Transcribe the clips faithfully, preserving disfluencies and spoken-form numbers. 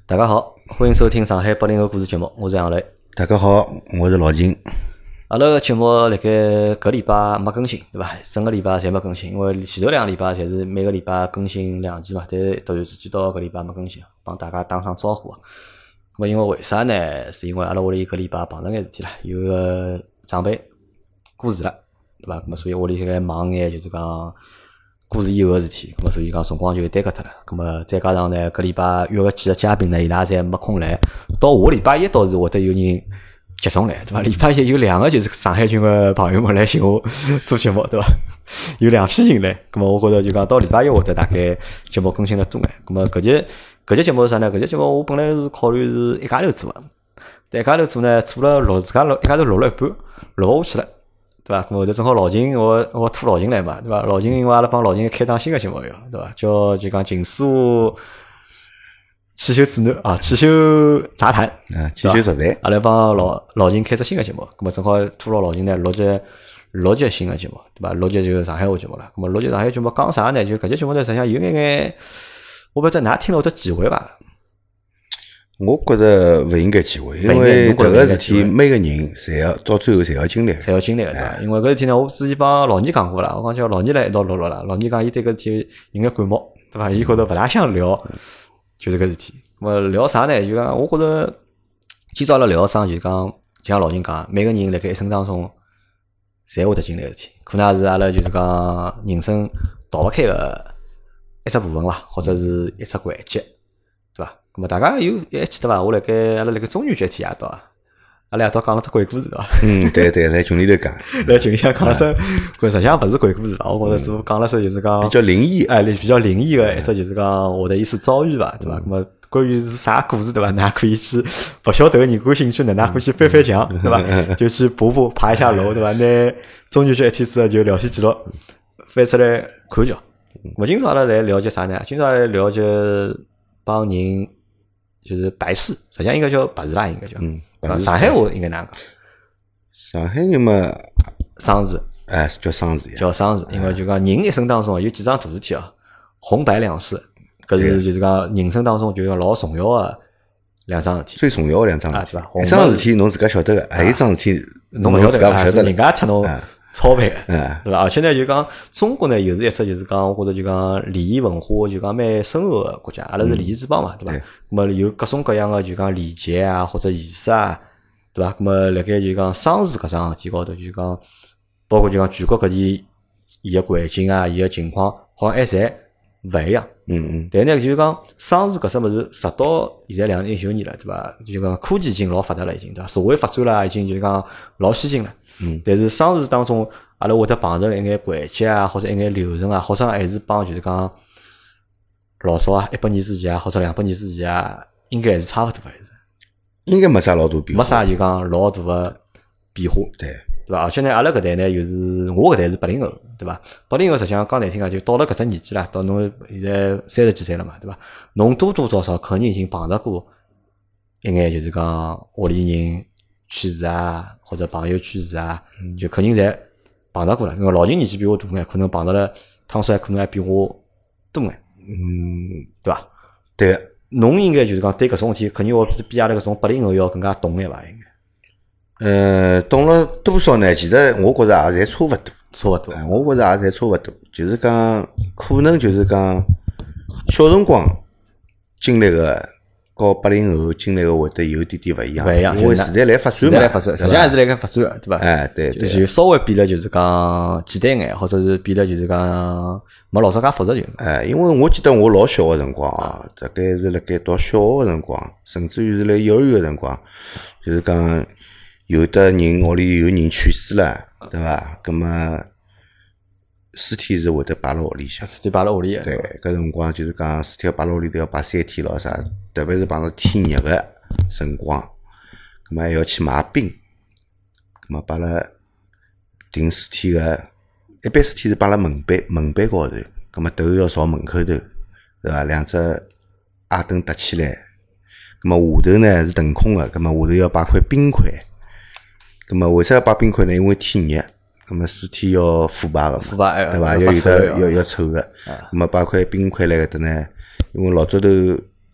大家好，欢迎收听上海八零后故事节目，我是杨磊。 大家好，我是老金。 阿拉个节目辣盖搿礼拜没更新，对伐？整个礼拜侪没更新，因为前头两个礼拜侪是每个礼拜更新两期嘛，但是突然之间到搿礼拜没更新，帮大家打声招呼。咁因为为啥呢？是因为阿拉屋里搿礼拜碰着眼事体啦，有个长辈过世了，对伐？咁所以屋里现在忙眼就是讲过世以后个事体，咁所以讲辰光就耽搁脱了。咁么再加上呢，搿礼拜约个几个嘉宾呢，伊拉侪没空来。到下个礼拜一倒是会得有人集中来，对伐？礼拜一有两个就是上海群个朋友们来寻我做节目，对伐？有两批人来，咁么我觉着就讲到礼拜一会得大概节目更新了多眼。咁么搿节搿节节目是啥呢？搿节节目我本来是考虑是一家头做个，但一家头做呢，做了录自家录一家头录了一半，录勿下去了。对伐？咁后头正好老秦，我我拖老秦来嘛，对伐？老秦因为阿拉帮老秦开档新个节目要，对伐？叫就讲秦师傅汽修指南啊，汽修杂谈， 啊，汽修杂谈， 阿拉帮老老秦开只新个节目，咁么正好拖牢老秦呢录节录节新个节目，对伐？录节就上海话节目了。咁么录节上海节目讲啥呢？就搿节节目呢，实际上有眼眼，我勿知道㑚听了有得忌讳伐？ 我觉着勿应该忌讳，因为搿个事体每个人侪要到最后侪要经历， 侪要经历个，对伐？因为搿事体呢，我之前帮老倪讲过了，我讲叫老倪来一道录录了。老倪讲伊对搿事体有眼感冒，对伐？伊觉着勿大想聊，就是搿事体。咁么聊啥呢？就讲我觉着今朝阿拉聊桩就是讲，像老倪讲，每个人辣盖一生当中侪会得经历个事体，可能是阿拉就是讲人生逃勿开个一只部分伐，或者是一只环节。咁么大家有还记得伐？我辣盖阿拉辣盖中元节天夜到啊，阿拉夜到讲了只鬼故事对伐？ 嗯，对对，在群里头讲， 在群里向讲了只，实际上勿是鬼故事啦，我觉着师傅讲了只就是讲比较灵异， 哎，比较灵异个一只就是讲我的一次遭遇伐，对伐？咁么关于是啥故事对伐？㑚可以去勿晓得个人感兴趣呢，㑚可以去翻翻墙对伐？就去爬爬爬一下楼对伐？拿中元节一天之后就聊天记录翻出来看叫。咁今朝阿拉来了解啥呢？今朝阿拉来了解帮人。就是白事，实际上应该叫白事啦，应该叫。嗯，上海话应该哪讲？ 上海人嘛， 生日， 哎，叫生日， 叫生日。因为就讲人一生当中有几桩大事体啊，红白两事，搿是就是讲人生当中就讲老重要个两桩事体。 最重要个两桩事体， 一桩事体侬自家晓得个，还有一桩事体侬勿晓得个，是人家替侬操办个，对伐？而且呢，就讲中国呢，又是一只就是讲，我觉着就讲礼仪文化就讲蛮深厚个国家，阿拉是礼仪之邦嘛，对伐？那么有各种各样个就讲礼节啊，或者仪式啊，对伐？那么辣盖就讲生日搿桩事体高头，就讲包括就讲全国各地伊个环境啊，伊个情况好像还侪勿一样。 嗯嗯。 但呢，就讲生日搿只物事，直到现在两零一九年了，对伐？就讲科技已经老发达了，已经对伐？社会发展啦，已经就是讲老先进了。嗯，但是生日当中，阿拉会得碰着一眼环节啊，或者一眼流程啊，好像还是帮就是讲老早啊，一百年之前啊，或者两百年之前啊，应该还是差勿多还是。 应该没啥老大变化。 没啥就讲老大个变化。 对， 对伐？而且呢，阿拉搿代呢，又是我搿代是八零后，对伐？八零后实际上讲难听啊，就到了搿只年纪啦，到侬现在三十几岁了嘛，对伐？侬多多少少肯定已经碰着过一眼就是讲屋里人去世啊，或者朋友去世啊，就肯定侪碰到过了。因为老人年纪比我大眼，可能碰到了汤水可能还比我多眼， 嗯， 对伐？ 对。 侬应该就是讲对搿种事体，肯定要比比阿拉搿种八零后要更加懂眼伐？应该。呃，懂了多少呢？其实我觉着也侪差勿多， 差勿多。 我觉着也侪差勿多，就是讲可能就是讲小辰光经历个。和八零后经历个会得有点点勿一样， 勿一样， 因为时代来发展嘛， 时代来发展，实际上还是辣盖发展个，对伐？ 哎，对对， 就稍微变了，就是讲简单眼，或者是变了，就是讲没老早介复杂就。 哎，因为我记得我老小个辰光啊，大概是辣盖读小学个辰光，甚至于是辣幼儿园个辰光，就是讲有的人屋里有人去世了，对伐？葛么尸体是会得摆辣屋里向， 尸体摆辣屋里个。 对，搿辰光就是讲尸体要摆辣屋里头要摆三天咯啥，特别是碰到天热个辰光，葛么还要去买冰，葛么摆辣停尸体个，一般尸体是摆辣门板门板高头，葛么头要朝门口头，对伐？两只矮凳搭起来，葛么下头呢是腾空个，葛么下头要摆块冰块，葛么为啥要摆冰块呢？因为天热。那么尸体要腐败个腐败对伐？要有的要要臭个，那么摆块冰块辣搿搭呢，因为老早头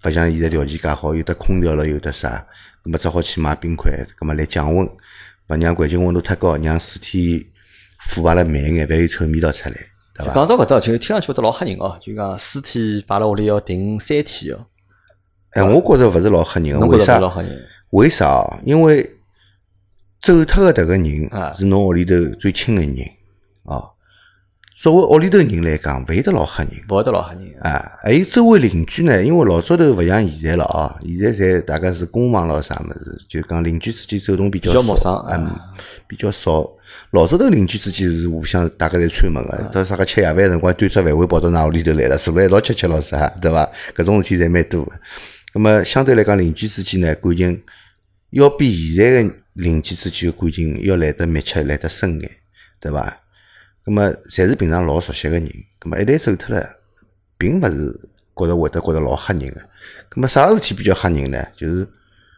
勿像现在条件介好，有得空调了，有得啥，咁么只好去买冰块，咁么来降温，勿让环境温度太高，让尸体腐败了慢一眼，勿有臭味道出来，对伐？ 讲到搿搭，就听上去会得老吓人哦，就讲尸体摆辣屋里要停三天哦。 哎，我觉着勿是老吓人个，为啥？为啥哦？因为走脱个迭个人是侬屋里头最亲个人哦。作为屋里头人来讲，勿会得老吓人， 勿会得老吓人啊！还有周围邻居呢，因为老早头勿像现在了啊，现在侪大家是公房咯啥物事，就讲邻居之间走动比较少，嗯，比较少。老早头邻居之间是互相大家侪串门个，到啥个吃夜饭辰光端只饭碗跑到㑚屋里头来了，坐辣一道吃吃咯啥，对伐？搿种事体侪蛮多个。咁么相对来讲，邻居之间呢感情要比现在个邻居之间个感情要来得密切，来得深眼，对伐？咁么，侪是平常老熟悉个人，咁么一旦走脱了，并勿是觉得会得觉得老吓人个。咁么啥事体比较吓人呢？就是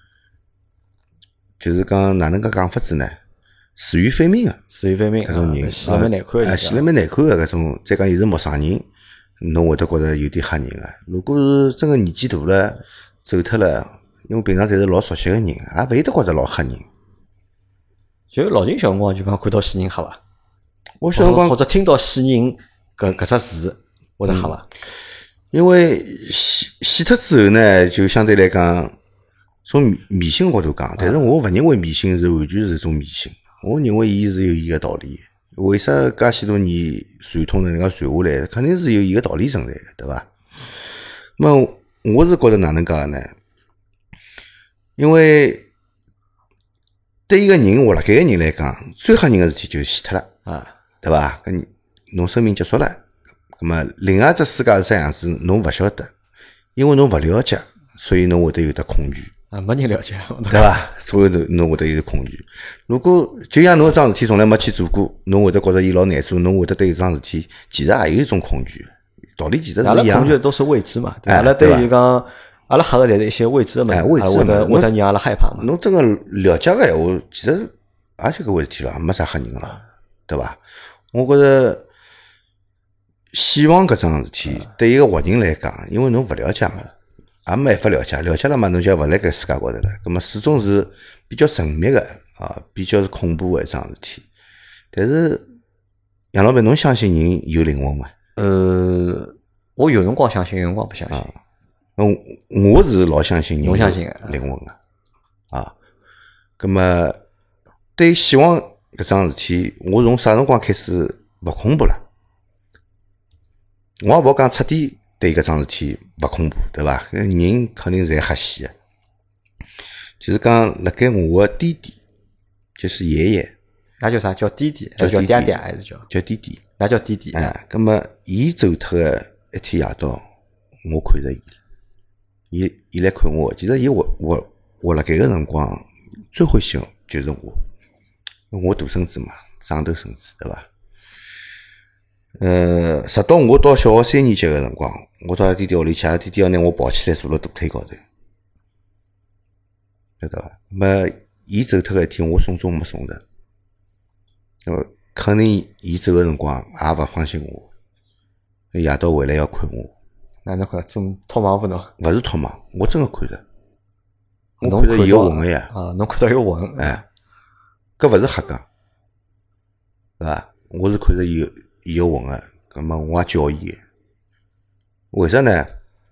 就是讲哪能个讲法子呢？死于非命个， 死于非命搿种人， 死了蛮难看啊，死了蛮难看个搿种。再讲又是陌生人，侬会得觉得有点吓人个。如果是真个年纪大了，走脱了，因为平常侪是老熟悉个人，也勿会得觉得老吓人。 就老秦小辰光就讲看到死人吓伐？ 我小辰光或者听到死人搿搿只字，会得吓伐？ 因为死死脱之后呢，就相对来讲，从迷信角度讲，但是我勿认为迷信是完全是一种迷信，我认为伊是有伊个道理。为啥介许多年传统能介传下来，肯定是有伊个道理存在的，对伐？那么我是觉得哪能介呢？因为对一个人活辣盖个人来讲，最吓人个事体就是死脱了啊。对伐？搿侬生命结束了，葛么另外一只世界是啥样子，侬勿晓得，因为侬勿了解，所以侬会得有得恐惧啊，没人了解， 对伐？所以侬会得有恐惧。如果就像侬桩事体从来没去做过，侬会得觉着伊老难做，侬会得对搿桩事体其实也有一种恐惧，道理其实是一样的。 阿拉恐惧的都是未知嘛，对伐？阿拉对于讲，阿拉吓个侪是一些未知的嘛， 未知会得会得让阿拉害怕嘛。 侬真个了解个闲话，其实也就搿回事体了，没啥吓人个了，对伐？我觉着死亡搿桩事体对一个活人来讲，因为侬勿了解嘛，也没办法了解，了解了嘛，侬就勿辣搿世界高头了。葛末始终是比较神秘个啊，比较是恐怖个一桩事体。但是杨老板，侬相信人有灵魂伐？ 呃，我有辰光相信，有辰光不相信。 嗯，我是老相信人有灵魂个啊。葛末对死亡搿桩事体，我从啥辰光开始勿恐怖了？我也勿好讲彻底对搿桩事体勿恐怖，对伐？人肯定侪吓死个。就是讲，辣盖我个弟弟，就是爷爷， 那叫啥？叫弟弟，还是叫爹爹，还是叫叫弟弟？ 那叫弟弟。 哎，葛末伊走脱个一天夜到，我看着伊，伊伊来看我。其实伊活活活辣盖个辰光，最欢喜个就是我。我大孙子嘛，长头孙子，对伐？呃，直到我到小学三年级个辰光，我到阿弟弟屋里去，阿弟弟要拿我抱起来坐辣大腿高头，晓得伐？么伊走脱个一天，我送终没送的，那么肯定伊走个辰光也勿放心我，夜到回来要看我。 哪能看？真托梦不侬？ 勿是托梦，我真个看着，我看着伊有魂个呀。 啊，侬看到有魂？ 哎。搿勿是瞎讲，是伐？我是看着伊伊有魂个，葛末我也叫伊个。为啥呢？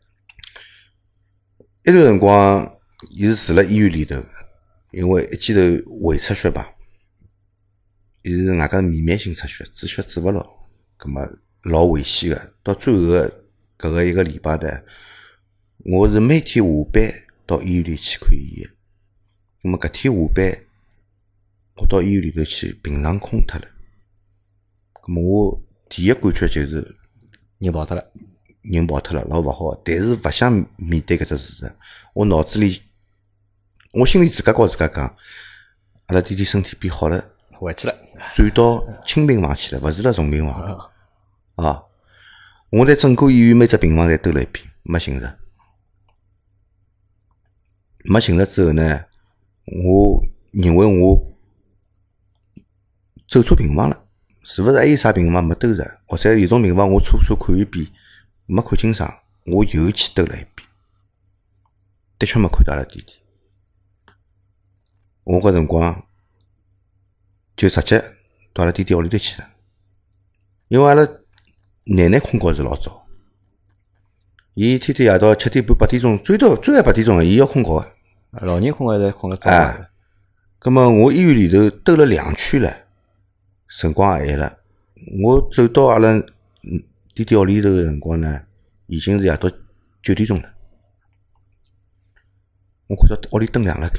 一段辰光，伊是住辣医院里头，因为一记头胃出血吧，伊是外加弥漫性出血，止血止勿牢，葛末老危险个。到最后个搿个一个礼拜呢，我是每天下班到医院里去看伊个。葛末搿天下班。我到医院里头去，病床空脱了。咁么我第一感觉就是人跑脱了， 人跑脱了，老勿好。但是勿想面对搿只事实，我脑子里，我心里自家告自家讲，阿拉弟弟身体变好了， 回去了， 转到轻病房去了，勿是辣重病房啊。我在整个医院每只病房侪兜了一遍，没寻着。没寻着之后呢，我认为我走错病房了，是勿是还有啥病房没兜着？或者有种病房我初初看一遍没看清爽，我又去兜了一遍。 的确没看到阿拉弟弟。我搿辰光就直接到阿拉弟弟屋里头去了，因为阿拉奶奶困觉是老早，伊天天夜到七点半八点钟，最多最晚八点钟伊要困觉个。 老人困觉侪困了早啊。葛末我医院里头兜了两圈了，辰光也晚了。我走到阿拉弟弟屋里头个辰光呢，已经是夜到九点钟了。我看到屋里灯亮了盖，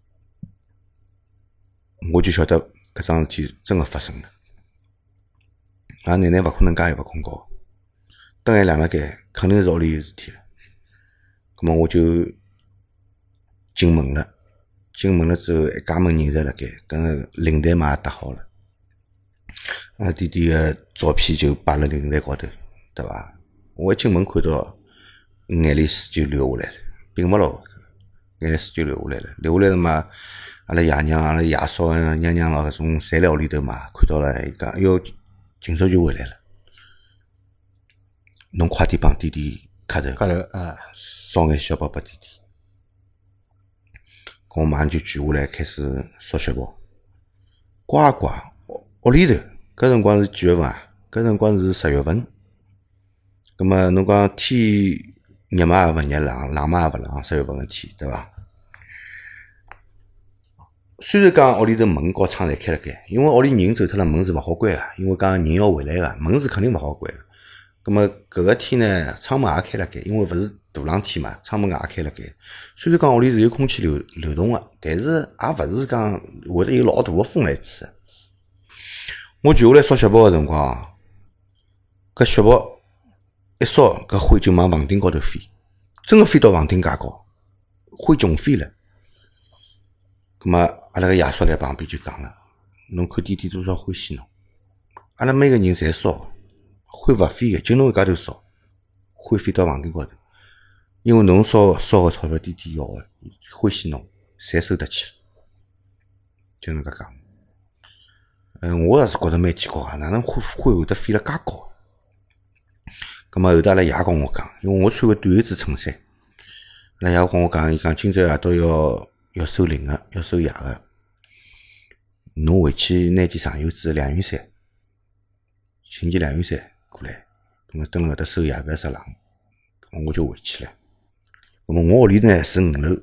我就晓得搿桩事体真个发生了。阿奶奶勿可能介夜勿困觉，灯还亮了盖，肯定是屋里有事体了。葛末我就进门了，进门了之后，一家门人侪辣盖，跟灵台嘛也搭好了。阿弟弟个照片就摆辣灵台高头，对伐？我一进门看到，眼泪水就流下来了，并没牢，眼泪水就流下来了。流下来了嘛，阿拉爷娘、阿拉爷嫂、娘娘咯，搿种侪辣屋里头嘛，看到了，伊讲，哟，今朝就回来了，侬快点帮弟弟磕头， 磕头啊， 烧眼小包拨弟弟。我马上就举下来开始烧小包。乖乖，屋里头搿辰光是几月份啊？搿辰光是十月份。葛末侬讲天热嘛也勿热，冷冷嘛也勿冷，十月份个天，对伐？虽然讲屋里头门和窗侪开了盖，因为屋里人走脱了，门是勿好关个，因为讲人要回来个，门是肯定勿好关个。葛末搿个天呢，窗门也开了盖，因为勿是大冷天嘛，窗门也开了盖。虽然讲屋里是有空气流流动个，但是也勿是讲会得有老大个风来吹。我举下来烧小包个辰光，搿小包一烧，搿灰就往房顶高头飞，真个飞到房顶介高，灰穷飞了。葛末阿拉个爷叔辣旁边就讲了：“侬看弟弟多少欢喜侬，阿拉每个人侪烧。”灰勿飞个，就侬一家头烧，灰飞到房顶高头，因为侬烧烧个钞票，弟弟要个，欢喜侬，侪收得起了，就能介讲。嗯，我也是觉得蛮奇怪啊，哪能灰灰会得飞了介高？咁么后头阿拉爷跟我讲，因为我穿个短袖子衬衫，阿拉爷跟我讲，伊讲今朝夜到要要收灵个，要收夜个，侬回去拿件长袖子、凉云衫，寻件凉云衫。过来，咁么蹲辣搿搭收夜勿要着冷，咁我就回去了。咁么我屋里呢是五楼，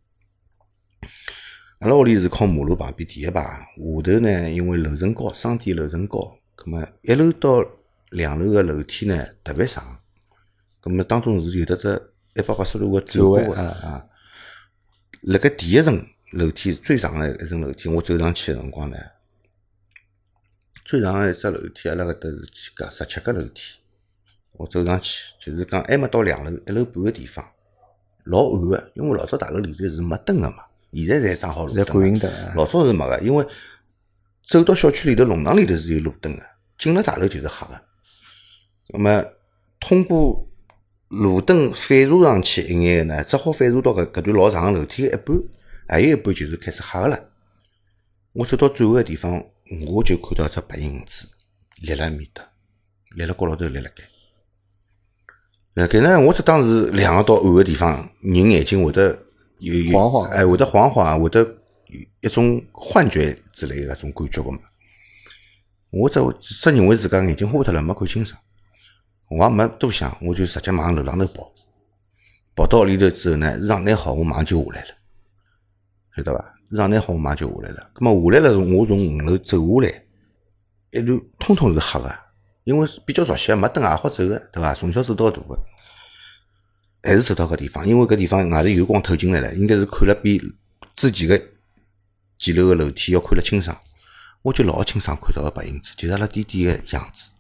阿拉屋里是靠马路旁边第一排，下头呢因为楼层高，商店楼层高，咁么一楼到两楼个楼梯呢特别长，咁么当中是有得只一百八十度个转弯个啊。辣盖第一层楼梯最长的一层楼梯，我走上去个辰光呢。最长的一只楼梯，阿拉搿搭是几格？十七格楼梯。我走上去，就是讲还没到两楼，一楼半个地方，老暗个，因为老早大楼里头是没灯个嘛，现在侪装好路灯了。老早是没个，因为走到小区里头弄堂里头是有路灯个，进了大楼就是黑个。那么通过路灯反射上去一眼个呢，只好反射到搿搿段老长个楼梯个一半，还有一半就是开始黑个了。我走到最后个地方。我就看到一只白影子立辣面搭，立辣角落头立辣盖。辣盖呢，我只当是亮个到暗个地方，人眼睛会得有有晃晃， 哎，会得晃晃，会得一种幻觉之类个种感觉个嘛。我只只认为自家眼睛花脱了，没看清爽，我也没多想，我就直接往楼浪头跑。跑到屋里头之后呢，衣裳拿好，我马上就下来了，晓得伐？衣裳拿好，我马上就下来了。咁么下来了，我从五楼走下来，一路通通是黑个，因为比较熟悉，没灯也好走个，对伐？从小走到大个，还是走到搿地方，因为搿地方外头有光透进来了，应该是看了比之前个几楼个楼梯要看了清爽。我就老清爽看到个白影子，就是阿拉弟弟个样子。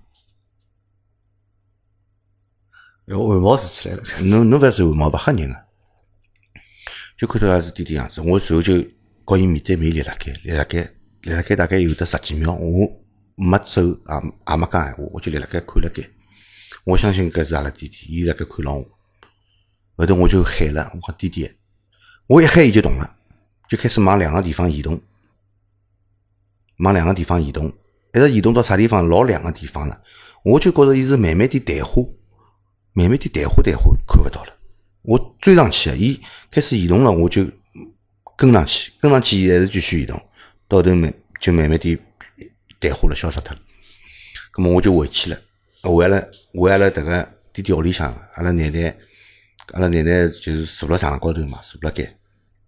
哟，汗毛竖起来了。 侬侬勿是汗毛勿吓人个，就看到阿是弟弟样子，我随后就。和伊面对面立辣盖，立辣盖，立辣盖，大概有得十几秒，我没走，也也没讲闲话，我就立辣盖看辣盖。我相信搿是阿拉弟弟，伊辣盖看牢我。后头我就喊了，我讲弟弟，我一喊伊就动了，就开始往两个地方移动，往两个地方移动，一直移动到啥地方？老亮个地方了。我就觉着伊是慢慢地淡化，慢慢地淡化淡化，看勿到了。 我追上去，伊开始移动了，我就跟上去，跟上去伊还是继续移动，到头慢就慢慢地淡化了，消失脱了。咁么我就回去了，回阿拉回阿拉迭个弟弟屋里向，阿拉奶奶阿拉奶奶就是坐辣床高头嘛，坐辣盖。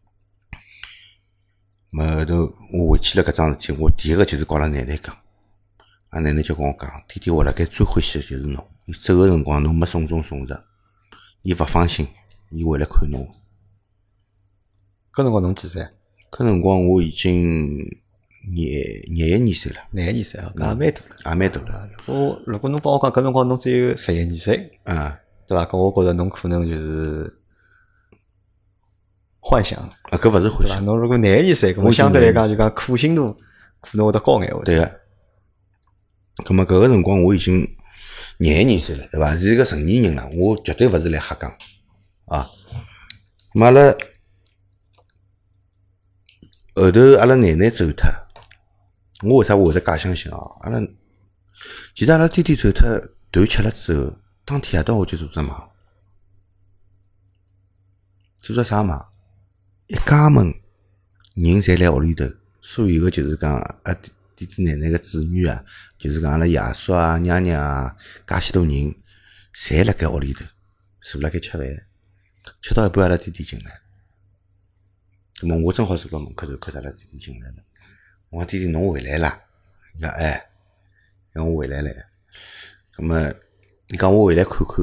么后头我回去了搿桩事体，我第一个就是告阿拉奶奶讲，阿奶奶就跟我讲，弟弟活辣盖最欢喜的就是侬，伊走个辰光侬没送终送实，伊勿放心，伊回来看侬。 搿辰光侬几岁？ 搿辰光我已经廿廿一二岁了， 廿一二岁啊，搿也蛮大了， 也蛮大了。 我如果侬帮我讲搿辰光侬只有十一二岁， 啊， 对伐？搿我觉着侬可能就是幻想， 啊，搿勿是幻想。 侬如果廿一二岁，搿么相对来讲就讲可信度可能会得高眼会。 对个。葛末搿个辰光我已经廿一二岁了，对伐？是一个成年人了，我绝对勿是来瞎讲啊。咁阿拉后头阿拉奶奶走脱，我为啥会得介相信啊？阿拉其实阿拉弟弟走脱断吃了之后，当天夜到我就做只梦，做只啥梦？一家门人侪辣屋里头，所有个就是讲啊弟弟弟奶奶个子女啊，就是讲阿拉爷叔啊、娘娘啊，介许多人，侪辣盖屋里头坐辣盖吃饭，吃到一半阿拉弟弟进来，咁么我正好坐辣门口头看到阿拉弟弟进来了，我讲弟弟侬回来啦？伊讲哎，讲我回来了，咁么伊讲我回来看看，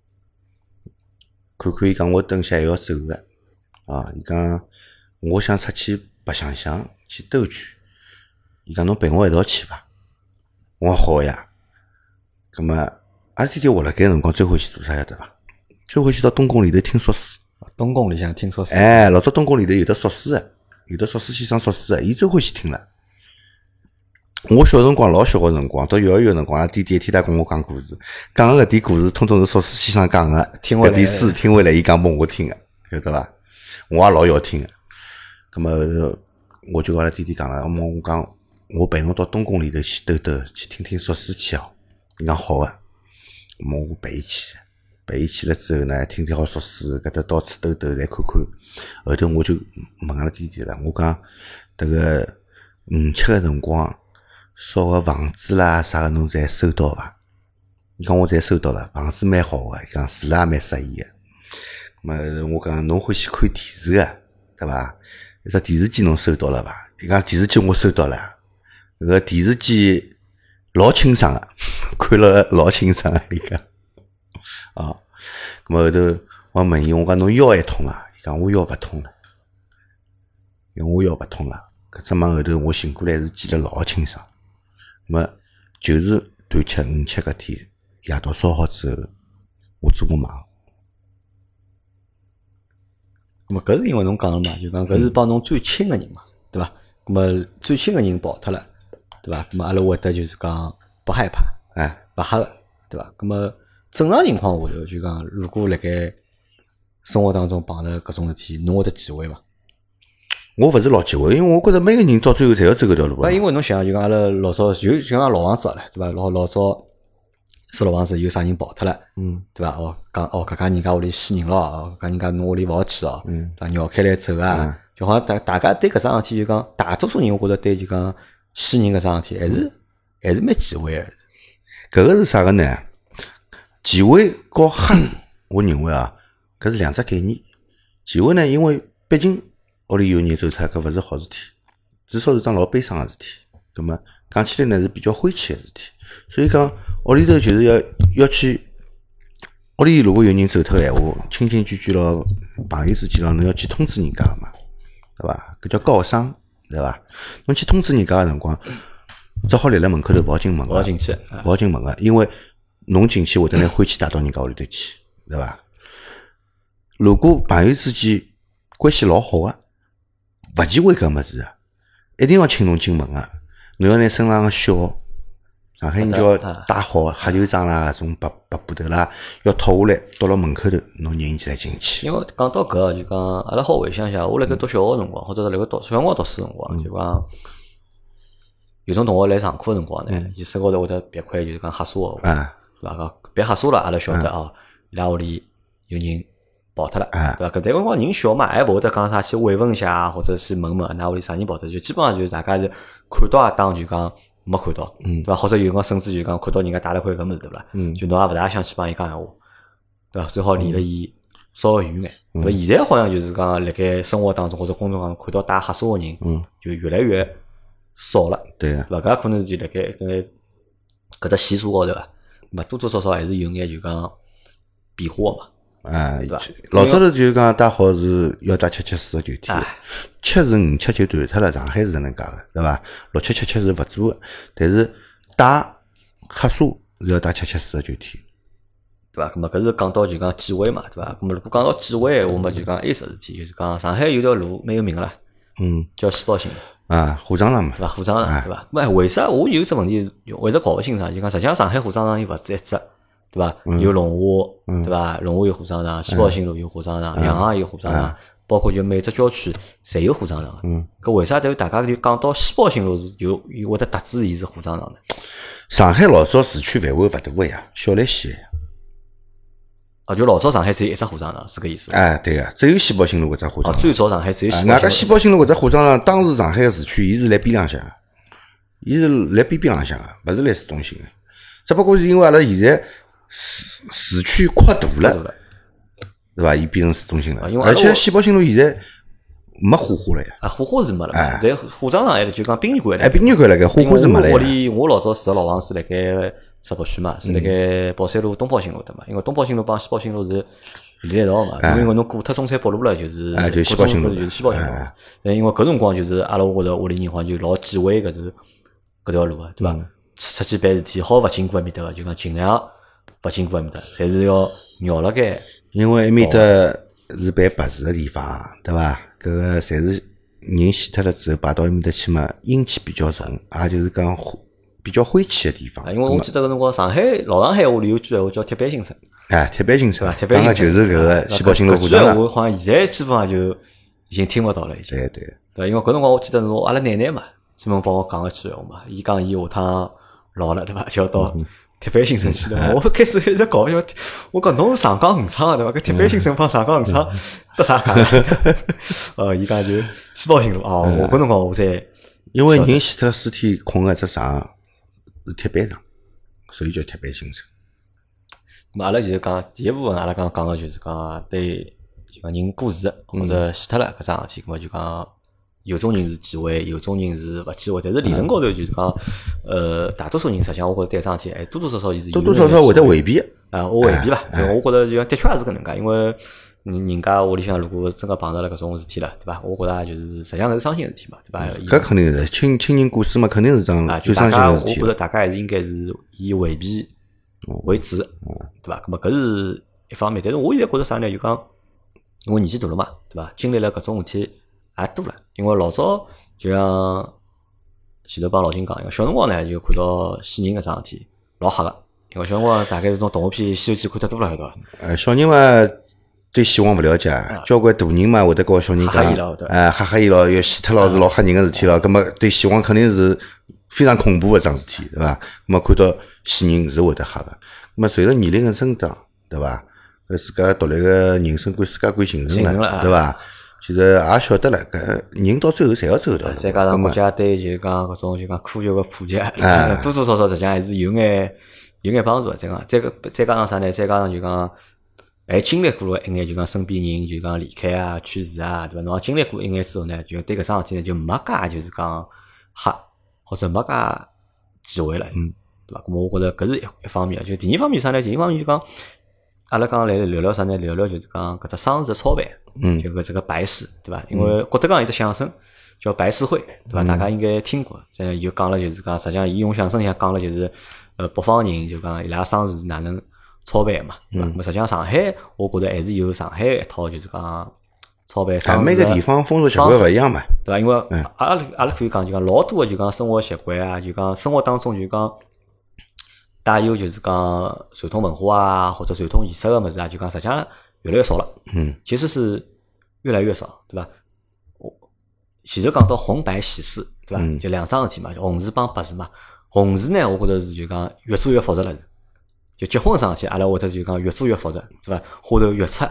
看看伊讲我等下还要走个。啊，伊讲我想出去白相相，去兜圈。伊讲侬陪我一道去伐？我讲好呀。葛末阿拉弟弟活辣盖辰光最欢喜做啥晓得伐？最欢喜到东宫里头听说书。 东宫里向听说书。 哎，老早东宫里头有的说书个，有的说书先生说书个，伊最欢喜听了。我小辰光老小个辰光，到幼儿园辰光，阿拉弟弟一天在跟我讲故事，讲个搿点故事，通通是说书先生讲个，搿点书听回来，伊讲拨我听个，晓得伐？我也老要听个，咁么我就跟阿拉弟弟讲了，我我讲我陪侬到东宫里头去兜兜，去听听说书去哦。伊讲好个，咁我陪伊去，陪伊去了之后呢，听听好说书，搿搭到处兜兜再看看。后头我就问阿拉弟弟了，我讲迭个五七个辰光烧个房子啦啥个侬侪收到伐？伊讲我侪收到了，房子蛮好个，伊讲住了也蛮适意个。么我讲侬欢喜看电视个，对伐？一只电视机侬收到了伐？伊讲电视机我收到了，搿个电视机老清爽个，看了老清爽个。伊讲啊，咁么后头我问伊，我讲侬腰还痛伐？伊讲我腰勿痛了，因为我腰勿痛了。搿只梦后头我醒过来是记得老清爽。咁么就是断吃五七搿天夜到烧好之后，我做个梦。 咁么搿是因为侬讲了嘛，就讲搿是帮侬最亲个人嘛，对伐？咁么最亲个人跑脱了，对伐？咁么阿拉会得就是讲不害怕， 哎， 勿吓个，对伐？咁么正常情况下头就讲，如果辣盖生活当中碰着搿种事体，侬会得忌讳伐？ 我勿是老忌讳，因为我觉着每个人到最后侪要走搿条路啊。 因为侬想，就讲阿拉老早就就讲老房子了，对伐？老老早是老房子有啥人跑脱了，嗯，对伐？哦，讲哦，搿家人家屋里死人了，哦，搿人家侬屋里勿好去哦，嗯，对伐？绕开来走啊，嗯、就好像大大家对搿桩事体就讲，大多数人我觉着对就讲死人搿桩事体还是还是蛮忌讳个。 搿个是啥个呢？忌讳和吓，我认为啊，搿是两只概念。忌讳呢，因为毕竟屋里有人走脱，搿勿是好事体，至少是桩老悲伤个事体。葛末讲起来呢是比较晦气个事体，所以讲屋里头就是要要去，屋里如果有人走脱个闲话，亲亲眷眷咯，朋友之间咯，侬要去通知人家个嘛，对伐？搿叫告伤，对伐？侬去通知人家个辰光，只好立辣门口头勿好进门个， 勿好进去， 勿好进门个，因为侬进去会得拿晦气带到人家屋里头去，对伐？如果朋友之间关系老好个，勿忌讳搿物事个，一定要请侬进门个。侬要拿身上个小，上海人叫带好黑球杖啦，种白白布头啦，要脱下来，倒辣门口头，侬引起来进去。 因为讲到搿，就讲阿拉好回想一下，我辣盖读小学个辰光，或者是辣盖读小辰光读书个辰光，就讲有种同学来上课个辰光呢，伊手高头会得别块就是讲黑沙个， 啊， 对伐？别黑沙了，阿拉晓得哦，伊拉屋里有人跑脱了，对伐？搿辰光人小嘛，还勿会得讲啥去慰问一下，或者是问问㑚屋里啥人跑脱，就基本上就是大家是看到也当就讲没看到，对伐？或者有辰光甚至就讲看到人家带了块搿物事，对伐？就侬也勿大想去帮伊讲闲话，对伐？最好离了伊稍微远眼，对伐？现在好像就是讲辣盖生活当中或者工作当中看到带黑纱个人，就越来越少了， 对伐？搿可能是就辣盖搿搿只习俗高头啊，嘛多多少少还是有眼就讲变化嘛。 啊，老早头就讲带好是要带七七四个酒体，七是五七就断脱了，上海是搿能介个，对伐？六七七七是勿做个，但是带黑纱是要带七七四个酒体， 对伐？咁么搿是讲到就讲忌讳嘛，对伐？咁么如果讲到忌讳闲话嘛，就讲还有只事体，就是讲上海有条路蛮有名个啦，嗯，叫西宝新路啊，火葬场嘛， 对伐？火葬场对伐？咁为啥我有只问题，我一直搞勿清爽，就讲实际上上海火葬场又勿止一只。对伐？有龙华，对伐？龙华有火葬场，西宝新路有火葬场，洋行有火葬场，包括就每只郊区侪有火葬场。嗯，搿为啥对大家就讲到西宝新路是有有会得特指伊是火葬场呢？ 上海老早市区范围勿大个呀，小来些呀。 啊，就老早上海只有一只火葬场，是搿意思？ 哎，对个，只有西宝新路搿只火葬场。 最早上海只有西宝新路。外加西宝新路搿只火葬场，当时上海个市区，伊是辣边浪向个，伊是辣边边浪向个，勿是辣市中心个。只不过是因为阿拉现在。市市区扩大了，对伐？伊变成市中心了，而且西宝新路现在没火化了呀。 啊，火化是没了，但火葬场还就讲殡仪馆哎，殡仪馆辣盖，火化是没了呀。 屋里我老早住个老房是辣盖石浦区嘛，是辣盖宝山路东宝新路的嘛。因为东宝新路帮西宝新路是连在一道嘛，因为侬过脱中山北路了，就是哎，就西宝新路， 就是西宝新路。但因为搿辰光就是阿拉觉着屋里人好像就老忌讳搿条搿条路个，对伐？出去办事体好勿经过埃面搭个，就讲尽量。勿经过埃面搭，侪是要绕辣盖。 因为埃面搭是办白事个地方，对伐？搿个侪是人死脱了之后摆到埃面搭去嘛，阴气比较重，也就是讲比较晦气个地方。 因为我记得搿辰光上海老上海话里有句闲话叫铁板新村。 哎，铁板新村， 铁板新村就是搿个西宝新路火葬场。搿句闲话好像现在基本上就已经听勿到了，已经。 对对。 对，因为搿辰光我记得侬阿拉奶奶嘛，专门帮我讲一句闲话嘛，伊讲伊下趟老了对伐，就要到。铁板新村去对伐？我开始一直搞勿清，我讲侬是上港五厂对伐？搿铁板新村帮上港五厂得啥干？呃，伊讲就西宝新路哦，我搿辰光我才因为人死脱了尸体困个只床是铁板床，所以叫铁板新村。 咁阿拉就是讲第一部分，阿拉刚讲个就是讲对就讲人过世或者死脱了搿桩事体，咁么就讲。有种人是忌讳，有种人是勿忌讳，但是理论高头就是讲，呃，大多数人实际上我觉着对桩事体，哎，多多少少伊是多多少少会得回避啊，我回避伐？就我觉着就的确也是搿能介，因为人人家屋里向如果真个碰着了搿种事体了，对伐？我觉着就是实际上搿是伤心事体嘛，对伐？ 搿肯定是亲亲人过世嘛，肯定是桩最伤心个事体。 我觉着大家还是应该是以回避为主，对伐？搿么搿是一方面，但是我现在觉着啥呢？就讲我年纪大了嘛，对伐？经历了搿种事体。也多了，因为老早就像前头帮老金讲，因为小辰光呢就看到死人搿桩事体老吓个，因为小辰光大概是种动画片《西游记》看得多了，晓得伐？ 呃，小人嘛对死亡勿了解，交关大人嘛会得告小人讲，哎，吓吓伊咯，要死脱咯是老吓人个事体咯，葛末对死亡肯定是非常恐怖个桩事体，对伐？葛末看到死人是会得吓个，葛末随着年龄个增长，对伐？搿自家独立个人生观、世界观形成了，对伐？其实也晓得了，搿人到最后侪要走的。 再加上国家对就讲搿种就讲科学个普及，多多少少实际上还是有眼有眼帮助。再讲再个再加上啥呢？再加上就讲还经历过了一眼就讲身边人就讲离开啊、去世啊，对伐？侬经历过一眼之后呢，就对搿桩事体呢就没介就是讲吓或者没介忌讳了，嗯，对伐？咾么我觉着搿是一一方面。就第二方面啥呢？第二方面就讲。阿拉刚来聊聊啥呢？聊聊就是讲搿只丧事的操办，嗯，就搿这个白事，对伐？因为郭德纲有只相声叫白事会，对伐？大家应该听过。这又讲了就是讲，实际上伊用相声里向讲了就是，呃，北方人就讲伊拉丧事是哪能操办嘛，对伐？咁、嗯、实际上上海，我觉着还是有上海一套就是讲操办丧事。 每个地方风俗习惯勿一样嘛， 对伐？因为阿拉阿拉可以讲就讲老多个就讲生活习惯啊，就讲生活当中就讲。带有就是讲传统文化啊，或者传统仪式个物事啊，就讲实际上越来越少了。嗯，其实是越来越少，对伐？我前头讲到红白喜事，对伐？嗯、就两桩事体嘛，红事帮白事嘛。红事呢，我觉着是就讲越做越复杂了。就结婚桩事体，阿拉会得就讲越做越复杂，是伐？花头越出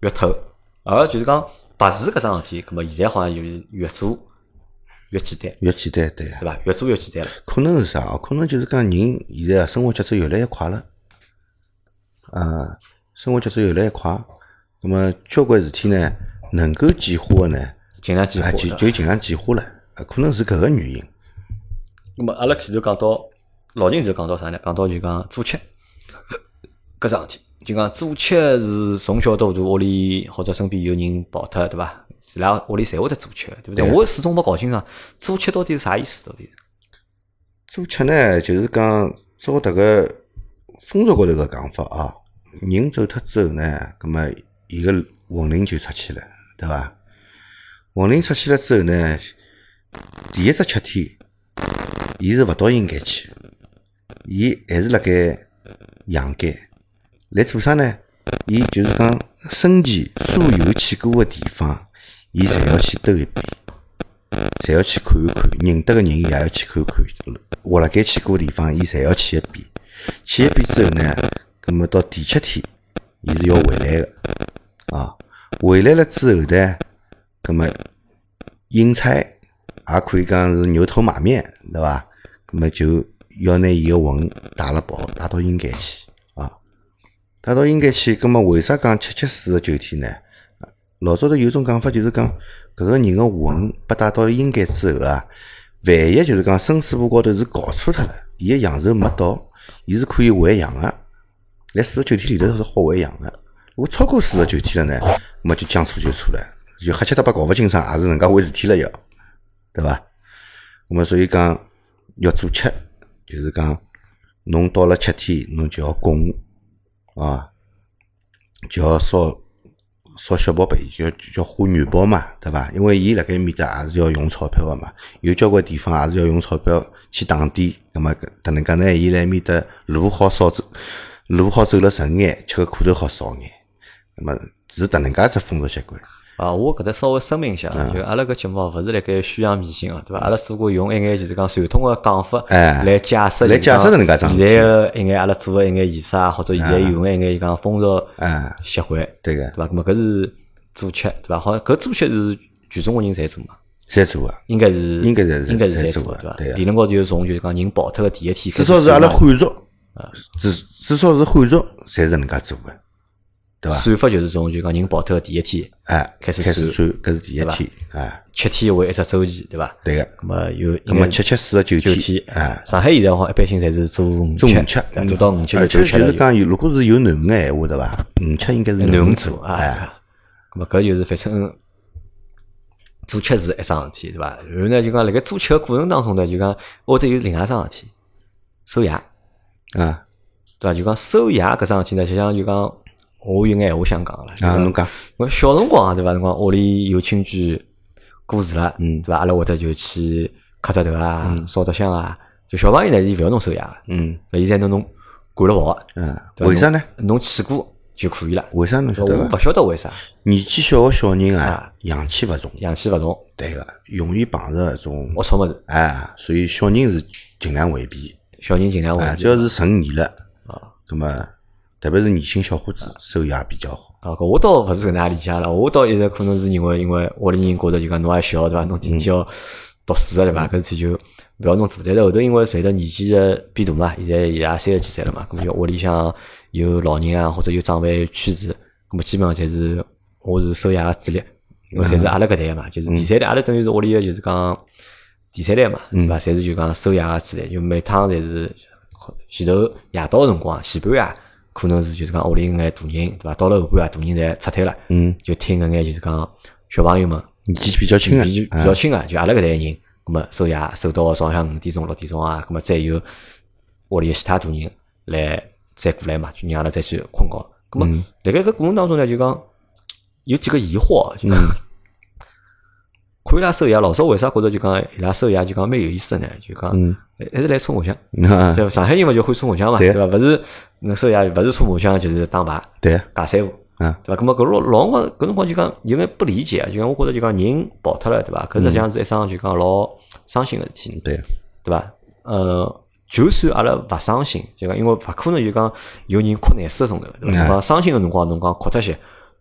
越透，而就是讲白事搿桩事体，搿么现在好像就是越做越简单， 越简单，对， 对伐？越做越简单了。 可能是啥？可能就是讲人现在生活节奏越来越快了，啊，生活节奏越来越快，那么交关事体呢，能够简化的呢， 尽量简化， 就就尽量简化了，可能是搿个原因。 那么阿拉前头讲到老秦就讲到啥呢？讲到就讲做吃搿桩事体，就讲做吃是从小到大屋里或者身边有人跑脱，对伐？伊拉屋里侪会得做吃，对不对？我始终没搞清爽做吃到底是啥意思，到底是？ 做吃呢，就是讲照迭个风俗高头个讲法啊，人走脱之后呢，葛么伊个魂灵就出去了，对伐？魂灵出去了之后呢，第一只七天，伊是勿到阴间去，伊还是辣盖阳间来做啥呢？伊就是讲生前所有去过个地方，伊侪要去兜一遍，侪要去看一看，认得个人伊也要去看看，活辣盖去过个地方，伊侪要去一遍。去一遍之后呢，葛么到第七天，伊是要回来个啊。回来了之后呢，葛么阴差也可以讲是牛头马面，对伐？葛么就要拿伊个魂带了跑，带到阴间去啊。带到阴间去，葛么为啥讲七七四十九天呢？老早头有种讲法，就是讲搿个人个魂被带到阴间之后啊，万一就是讲生死簿高头是搞错脱了，伊个阳寿没到，伊是可以回阳个。来四十九天里头是好回阳个。如果超过四十九天了呢，那么就将错就错了，就黑七搭八搞勿清爽，也是能介回事体了要，对伐？那么所以讲要做七，就是讲侬到了七天，侬就要供啊，就要烧。烧小宝贝，就叫花元宝嘛，对伐？因为伊辣盖面搭也是要用钞票个嘛，有交关地方也是要用钞票去打点，那么搿能介呢，伊辣面搭路好少走，路好走了顺眼，吃个苦头好少眼，那么是搿能介只风俗习惯。 啊，我搿搭稍微声明一下，就阿拉搿节目勿是辣盖宣扬迷信个，对伐？阿拉只不过用一眼就是讲传统个讲法来解释， 来解释搿能介桩事体。 现在个一眼阿拉做个一眼仪式啊，或者现在用个一眼讲风俗习惯， 对个， 对伐？咾么搿是做吃，对伐？好像搿做吃是全中国人侪做嘛？ 侪做个， 应该是应该是应该是侪做个，对伐？ 对个。 理论高头就从就是讲人跑脱个第一天， 至少是阿拉汉族，至至少是汉族侪是搿能介做个。对伐？ 算法就是从就讲人跑脱个第一天， 哎， 开始开始算， 搿是第一天，哎， 七天为一只周期，对伐？ 对个。 咁么有， 咁么七七四十九天， 哎， 上海现在好一般性侪是做五做五七， 做到五七而且就就是讲，如果是有囡恩个闲话，对伐？五七应该是囡恩做，哎， 咁么搿就是反正做吃是一桩事体，对伐？然后呢，就讲辣盖做吃个过程当中呢，就讲会得有另外一桩事体，收牙， 啊， 对伐？就讲收牙搿桩事体呢，就像就讲。我有眼闲话想讲了， 啊，侬讲， 我小辰光对伐？辰光屋里有亲眷过世了，嗯，对伐？阿拉会得就去磕只头啊，烧只香啊。就小朋友呢，是勿要侬收牙个，嗯，现在侬侬管了跑个， 嗯，为啥呢？ 侬去过就可以了。 为啥侬晓得？ 我勿晓得为啥。 年纪小个小人啊，阳气勿重， 阳气勿重， 对个，容易碰着搿种龌龊物事， 哎，所以小人是尽量回避， 小人尽量回避。 只要是成年了啊，葛么。特别是年轻小伙子收牙比较好。 啊，搿我倒勿是搿能理解了，我倒一直可能是认为，因为屋里人觉得就讲侬还小对伐？侬天天要读书个对伐？搿事体就勿要侬做。但是后头因为随着年纪个变大嘛，现在也三十几岁了嘛，搿么就屋里向有老人啊，或者有长辈去世，搿么基本上侪是我是收牙个主力，因为侪是阿拉搿代嘛，就是第三代，阿拉等于是屋里个就是讲第三代嘛，对伐？侪是就讲收牙个主力，就每趟侪是前头夜到个辰光，前半夜。可能是就是讲屋里眼大人对伐？到了后半夜，大人侪撤退了，嗯，就听搿眼就是讲小朋友们年纪比较轻个， 比比较轻个，就阿拉搿代人，咁么收夜收到早上五点钟、六点钟啊，咁么再有屋里其他大人来再过来嘛，就让阿拉再去困觉。咁么辣盖搿过程当中呢，就讲有几个疑惑，就讲看伊拉收夜，老早为啥觉得就讲伊拉收夜就讲蛮有意思呢？就讲还是来搓麻将，就上海人嘛就会搓麻将嘛，对伐？勿是那收夜勿是搓麻将就是打牌， 对， 打三胡，嗯，对伐？咁么搿老老辰光搿辰光就讲有眼不理解，就讲我觉得就讲人跑脱了，对伐？搿实际上是一桩就讲老伤心个事体， 对， 对伐？呃，就算阿拉勿伤心，就讲因为勿可能就讲有人哭难死个钟头，对伐？侬讲伤心个辰光，侬讲哭脱些。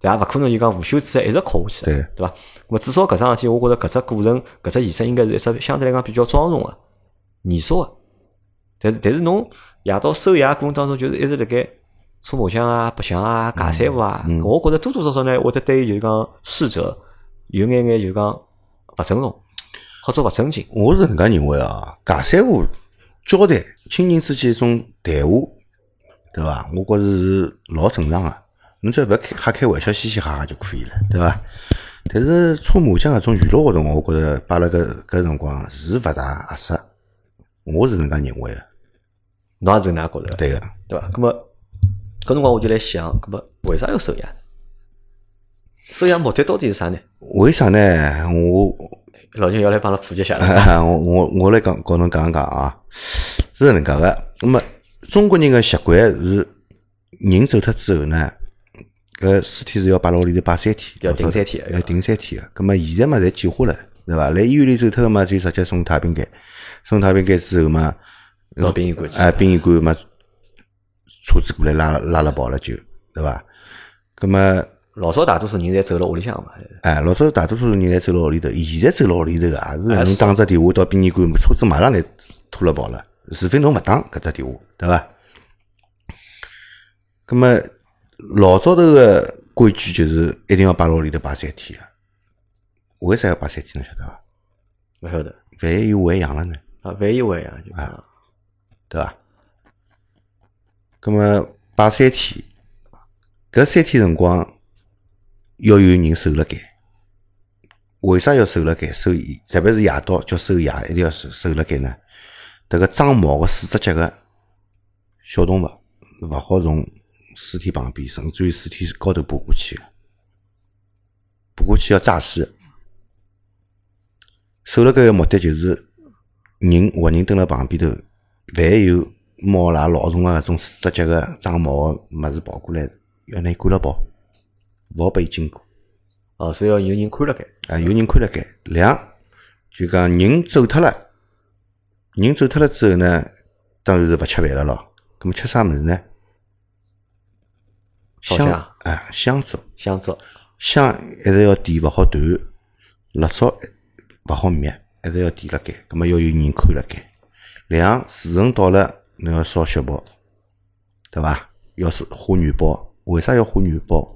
但也勿可能就讲无休止一直考下去， 对对伐？咁至少搿桩事体，我觉着搿只过程，搿只仪式应该是一只相对来讲比较庄重个、严肃个。但是但是侬夜到收夜过程当中，就是一直辣盖搓麻将啊、白相啊、尬三胡啊， 嗯嗯、 我觉着多多少少呢，会得对于就是讲逝者有眼眼就是讲勿尊重，或者勿尊敬。 我是搿能介认为啊，尬三胡交谈亲人之间一种谈话，对伐？我觉着是老正常个，侬只要勿开瞎开玩笑、嘻嘻哈哈就可以了，对伐？但是搓麻将搿种娱乐活动，我觉着摆辣搿搿辰光是勿大合适，我是搿能介认为个。 侬也是搿能觉着， 对个， 对伐？咁么搿辰光我就来想，咁么为啥要收夜？收夜目的到底是啥呢？ 为啥呢？我老金要来帮阿拉普及一下。 我我我来讲，告侬讲讲啊，是搿能介个。那么中国人个习惯是，人走脱之后呢，搿尸体是要摆辣屋里头摆三天， 要停三天， 要停三天个。咁么现在嘛，侪简化了，对伐？来医院里走脱个嘛，就直接送太平间，送太平间之后嘛， 到殡仪馆去。 哎，殡仪馆嘛，车子过来拉拉了跑了就，对伐？咁么。 老早大多数人侪走辣屋里向嘛。 哎，老早大多数人侪走辣屋里头，现在走辣屋里头啊，是侬打只电话到殡仪馆，车子马上来拖了跑了，除非侬勿打搿只电话，对伐？葛么老早头个规矩就是一定要摆辣屋里头摆三天个，为啥要摆三天侬晓得伐？ 勿晓得。 万一有喂养了呢？ 啊，万一喂养就啊， 对伐？葛么摆三天，搿三天辰光。要有人守辣盖，为啥要守辣盖？守特别是夜到叫守夜，一定要守守辣盖呢？迭个长毛个四只脚个小动物，勿好从尸体旁边，甚至于尸体高头爬过去个，爬过去要诈尸。守辣盖个目的就是人活人蹲辣旁边头，万一有猫啦、老鼠啊搿种四只脚个长毛个物事跑过来，要拿伊赶了跑。勿好拨伊经过， 哦，所以要有人看辣盖， 啊，有人看辣盖。两就讲人走脱了，人走脱了之后呢，当然是勿吃饭了咯。咁么吃啥物事呢？ 香啊，香烛， 香烛， 香一直要点，勿好断；蜡烛勿好灭，一直要点辣盖。咁么要有人看辣盖。两时辰到了，侬要烧血包，对伐？要花元宝，为啥要花元宝？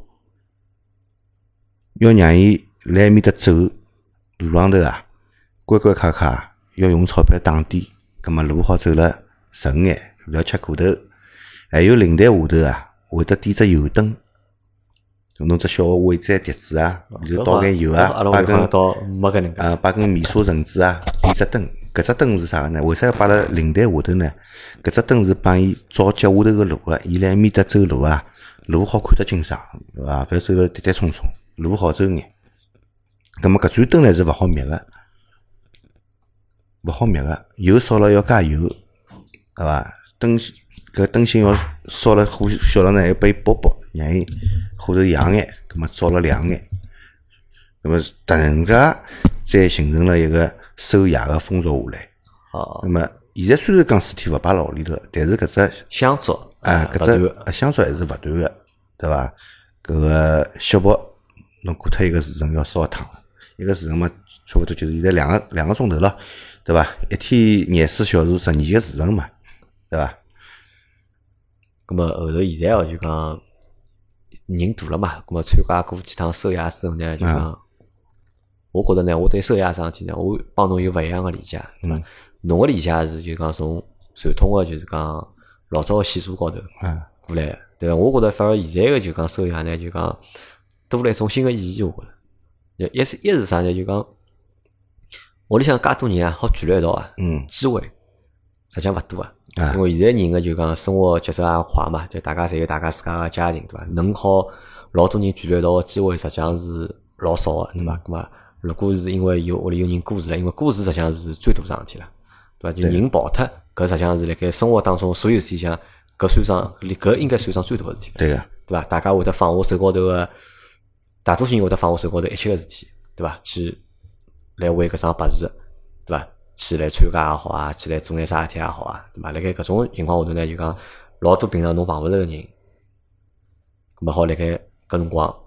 要让伊来埃面搭走，路浪头啊，关关卡卡，要用钞票打点，葛末路好走了顺眼，勿要吃苦头。还有灵台下头啊，会得点只油灯，弄只小个碗盏碟子啊，里头倒眼油啊，摆根没搿能介啊，摆根面纱绳子啊，点只灯。搿只灯是啥个呢？为啥要摆辣灵台下头呢？搿只灯是帮伊照脚下头个路个，伊辣埃面搭走路啊，路好看得清爽，对伐？勿要走得跌跌冲冲。路好走眼，咁么搿盏灯呢是勿好灭个，勿好灭个，油烧了要加油，对伐？灯搿灯芯要烧了火小了呢，要拨伊拨拨，让伊火头痒眼，咁么照了亮眼，咁么迭能介再形成了一个收夜个风俗下来。 哦。 咁么现在虽然讲尸体勿摆辣屋里头，但是搿只香烛啊，搿只香烛还是勿断个，对伐？搿个小包。侬过脱一个时辰要烧烫，一个时辰嘛，差勿多就是现在两个两个钟头了，对伐？一天廿四小时十二个时辰嘛，对伐？ 咁么后头现在哦，就讲人大了嘛，咁么参加过几趟收夜之后呢，就讲，嗯、我觉着呢，我对收夜桩事体呢，我帮侬有勿一样个理解，对伐？侬个理解是就讲从传统个就是讲老早个习俗高头过来个，对伐？我觉着反而现在个就讲收夜呢，就讲。多了一种新的意义，我觉着。一是一是啥呢？就讲屋里向介多人啊，好聚辣一道啊， 嗯， 机会实际上勿多啊。因为现在人个就讲生活节奏也快嘛，就大家侪有大家自家个家庭，对伐？能好老多人聚辣一道个机会实际上是老少个，对伐？咁么如果是因为有屋里有人过世了，因为过世实际上是最大桩事体了，对伐？就人跑脱，搿实际上是辣盖生活当中所有事体上，搿算上搿应该算上最大个事体。 对个， 对伐？大家会得放下手高头个。大多数人会得放下手高头一切个事体，对伐？去来为搿桩白事，对伐？去来参加也好啊，去来做眼啥事体也好啊，对伐？辣盖搿种情况下头呢，就讲老多平常侬碰勿着个人，咁么好辣盖搿辰光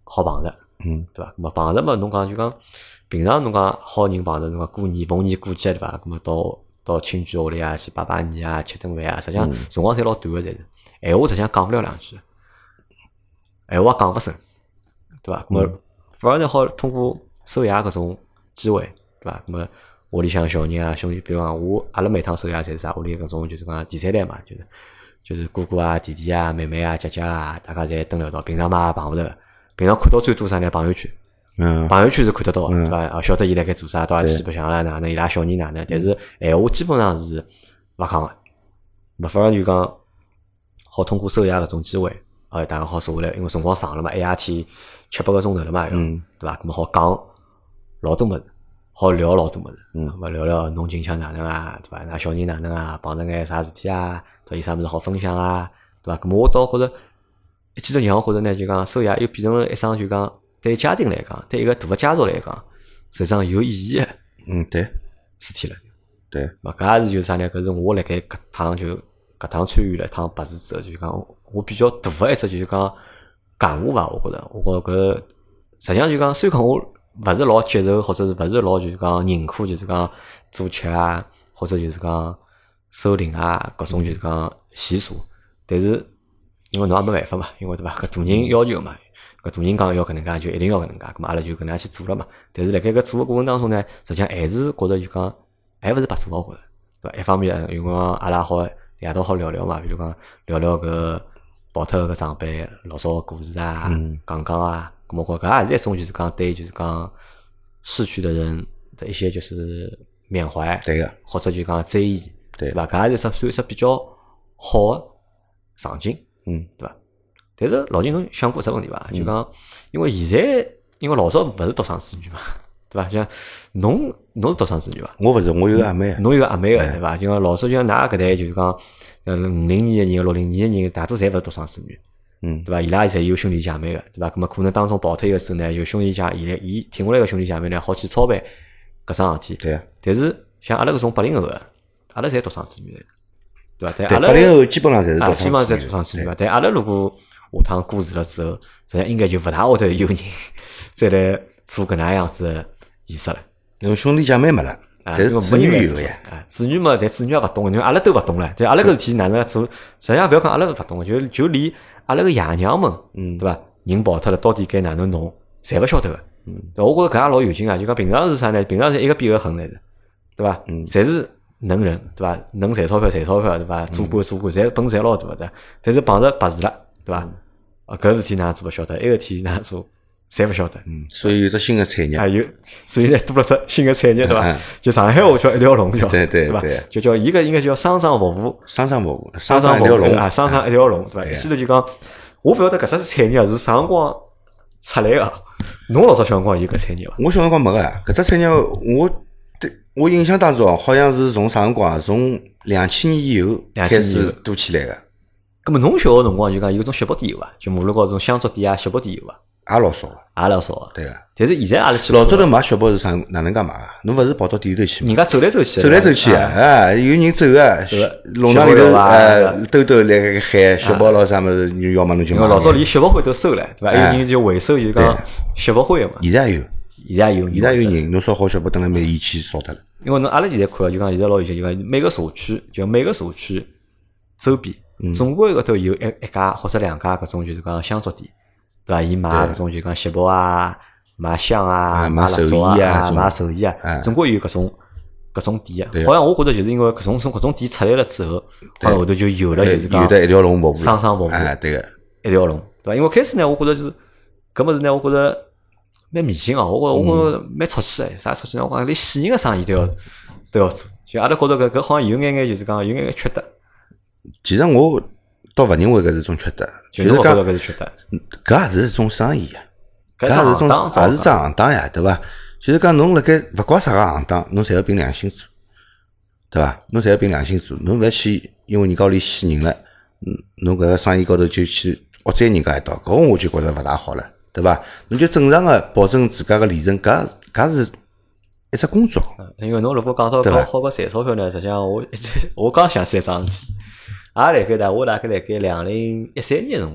好碰着， 嗯， 对伐？咁么碰着嘛，侬讲就讲平常侬讲好人碰着，侬讲过年逢年过节对伐？咁么到到亲眷屋里啊去拜拜年啊，吃顿饭啊，实际上辰光侪老短个，侪是闲话，实际上讲勿了两句，闲话讲勿深，对伐？咁么反而呢好通过收爷搿种机会，对伐？咁么屋里向小人啊兄弟，比如讲我阿拉每趟收爷侪是啥？屋里搿种就是讲第三代嘛，就是就是哥哥啊、弟弟啊、妹妹啊、姐姐啊，大家侪蹲辣一道。平常嘛碰勿着，平常看到最多啥呢？朋友圈。 嗯， 朋友圈是看得到， 嗯、 对伐？啊，晓得伊辣盖做啥，到哪去白相啦，哪能伊拉小人哪能，但是闲话基本上是勿讲个。咹反而就讲好通过收爷搿种机会，呃，大家好坐下来，因为辰光长了嘛，一夜天七八个钟头了嘛，要、 嗯、 对伐？咾么好讲老多物事，好聊老多物事， 嗯， 咾聊聊侬近腔哪能啊，对伐？㑚小人哪能啊，碰着眼啥事体啊，对有啥物事好分享啊，对伐？咾么我倒觉着一记头让我觉着呢，就讲收爷又变成了一桩就讲。对家庭来讲，对一个大个家族来讲，实际上有意义的， 嗯，对， 事体了。 对， 咹搿也是就是啥呢？搿是我辣盖搿趟就搿趟参与了一趟白事之后，就讲我比较大个一只就是讲感悟伐。我觉着，我觉搿实际上就讲，虽然讲我勿是老接受，或者是勿是老就是讲认可，就是讲做吃啊，或者就是讲收灵啊，各种就是讲习俗，但是因为侬也没办法嘛，因为对伐？搿大人要求嘛。搿大人讲要搿能介，就一定要搿能介，咁阿拉就搿能介去做了嘛。但是辣盖搿做个过程当中呢，实际上还是觉着就讲，还勿是白做我觉着，对伐？一方面，因为阿拉好夜到好聊聊嘛，比如讲聊聊搿跑脱搿长辈老早个故事啊， 嗯、 讲讲啊，咁我觉搿也是一种就是讲对就是讲逝去的人的一些就是缅怀， 对个， 或者就讲追忆， 对伐？搿也是算算一只比较好个场景， 嗯， 对伐？但是老金侬想过啥问题伐？就讲，因为现在，因为老早勿是独生子女嘛，对伐？像侬侬是独生子女伐？ 我勿是，我有个阿妹。 侬有个阿妹个对伐？就讲老早就像㑚搿代，就是讲，呃，五零年个人、六零年个人，大多侪勿是独生子女， 嗯， 对伐？伊拉侪有兄弟姐妹个，对伐？咁么可能当中跑脱一个时候呢，有兄弟姐，伊拉伊挺下来个兄弟姐妹呢，好去操办搿桩事体。 对啊。 但是像阿拉搿种八零后个，阿拉侪独生子女，对伐？但阿拉八零后基本上侪是独生子女， 基本上侪独生子女嘛。但阿拉如果下趟过世了之后，实际上应该就勿大会得有人再来做搿能样子的仪式了。 因为兄弟姐妹没了，但是子女有呀。 啊，子女嘛，但子女也勿懂，因为阿拉都勿懂了。就阿拉搿事体哪能做？实际上勿要讲阿拉勿懂，就就连阿拉个爷娘们，嗯，对伐？人跑脱了，到底该哪能弄，侪勿晓得个。嗯，对我觉着搿也老有劲啊！就讲平常是啥呢？平常是一个比一个狠来着，对伐？嗯，侪是能人，对伐？能赚钞票赚钞票，对伐？做官做官，侪本事侪老大的。但是碰着白事了，对伐？啊，搿事体哪做勿晓得，埃个事体哪做，侪勿晓得。 嗯，所以有只新的产业， 还有，所以呢多了只新的产业，对伐？就上海话叫一条龙，叫对对对伐？就叫伊个应该叫商场服务， 商场服务， 商场一条龙啊，商场一条龙，对伐？一记头就讲，我勿晓得搿只产业是啥辰光出来个，侬老早小辰光有搿产业伐？ 我小辰光没个，搿只产业我对我印象当中好像是从啥辰光，从两千年以后开始多起来个。 咁么侬小个辰光就讲有种雪宝店有伐？就马路高种香烛店啊、雪宝店有伐？ 也老少个， 也老少个。 对个。 但是现在阿拉去老早头买雪宝是啥哪能介买啊？侬勿是跑到店里头去买？ 人家走来走去， 走来走去啊！啊，有人走个，弄堂里头呃，兜兜来喊雪宝咯啥物事，你要么侬就买。 老早连雪宝灰都收了，对伐？还有人就回收就讲雪宝灰个嘛。 现在有， 现在有， 现在有人，侬烧好雪宝，等下买烟气烧脱了。 因为侬阿拉现在看就讲现在老有劲，就讲每个社区，就每个社区周边，总归搿头有一一家或者两家搿种就是讲香烛店，对伐？伊卖搿种就讲锡箔啊，卖香啊，卖蜡烛啊，卖手艺啊，总归有搿种搿种店啊。好像我觉着就是因为搿种从搿种店出来了之后，好像后头就有了就是讲有的一条龙服务， 商场服务， 哎，对个， 一条龙，对伐？因为开始呢，我觉着就是搿物事呢，我觉着蛮迷信哦，我觉我觉着蛮出气诶，啥出气呢？我讲连死人个生意都要都要做，就阿拉觉着搿搿好像有眼眼就是讲有眼眼缺德。 其实我倒勿认为搿是种缺德， 就是讲搿是缺德， 搿也是一种生意啊， 搿也是一种也是只行当呀，对伐？就是讲侬辣盖勿怪啥个行当，侬侪要凭良心做，对伐？侬侪要凭良心做，侬勿要去因为人家屋里死人了，嗯，侬搿个生意高头就去恶宰人家一刀，搿我就觉着勿大好了，对伐？侬就正常个保证自家个利润，搿搿是一只工作。 因为侬如果讲到讲好个赚钞票呢，实际上我我刚想起来桩事体。也辣盖的，我大概辣盖两零一三年辰光，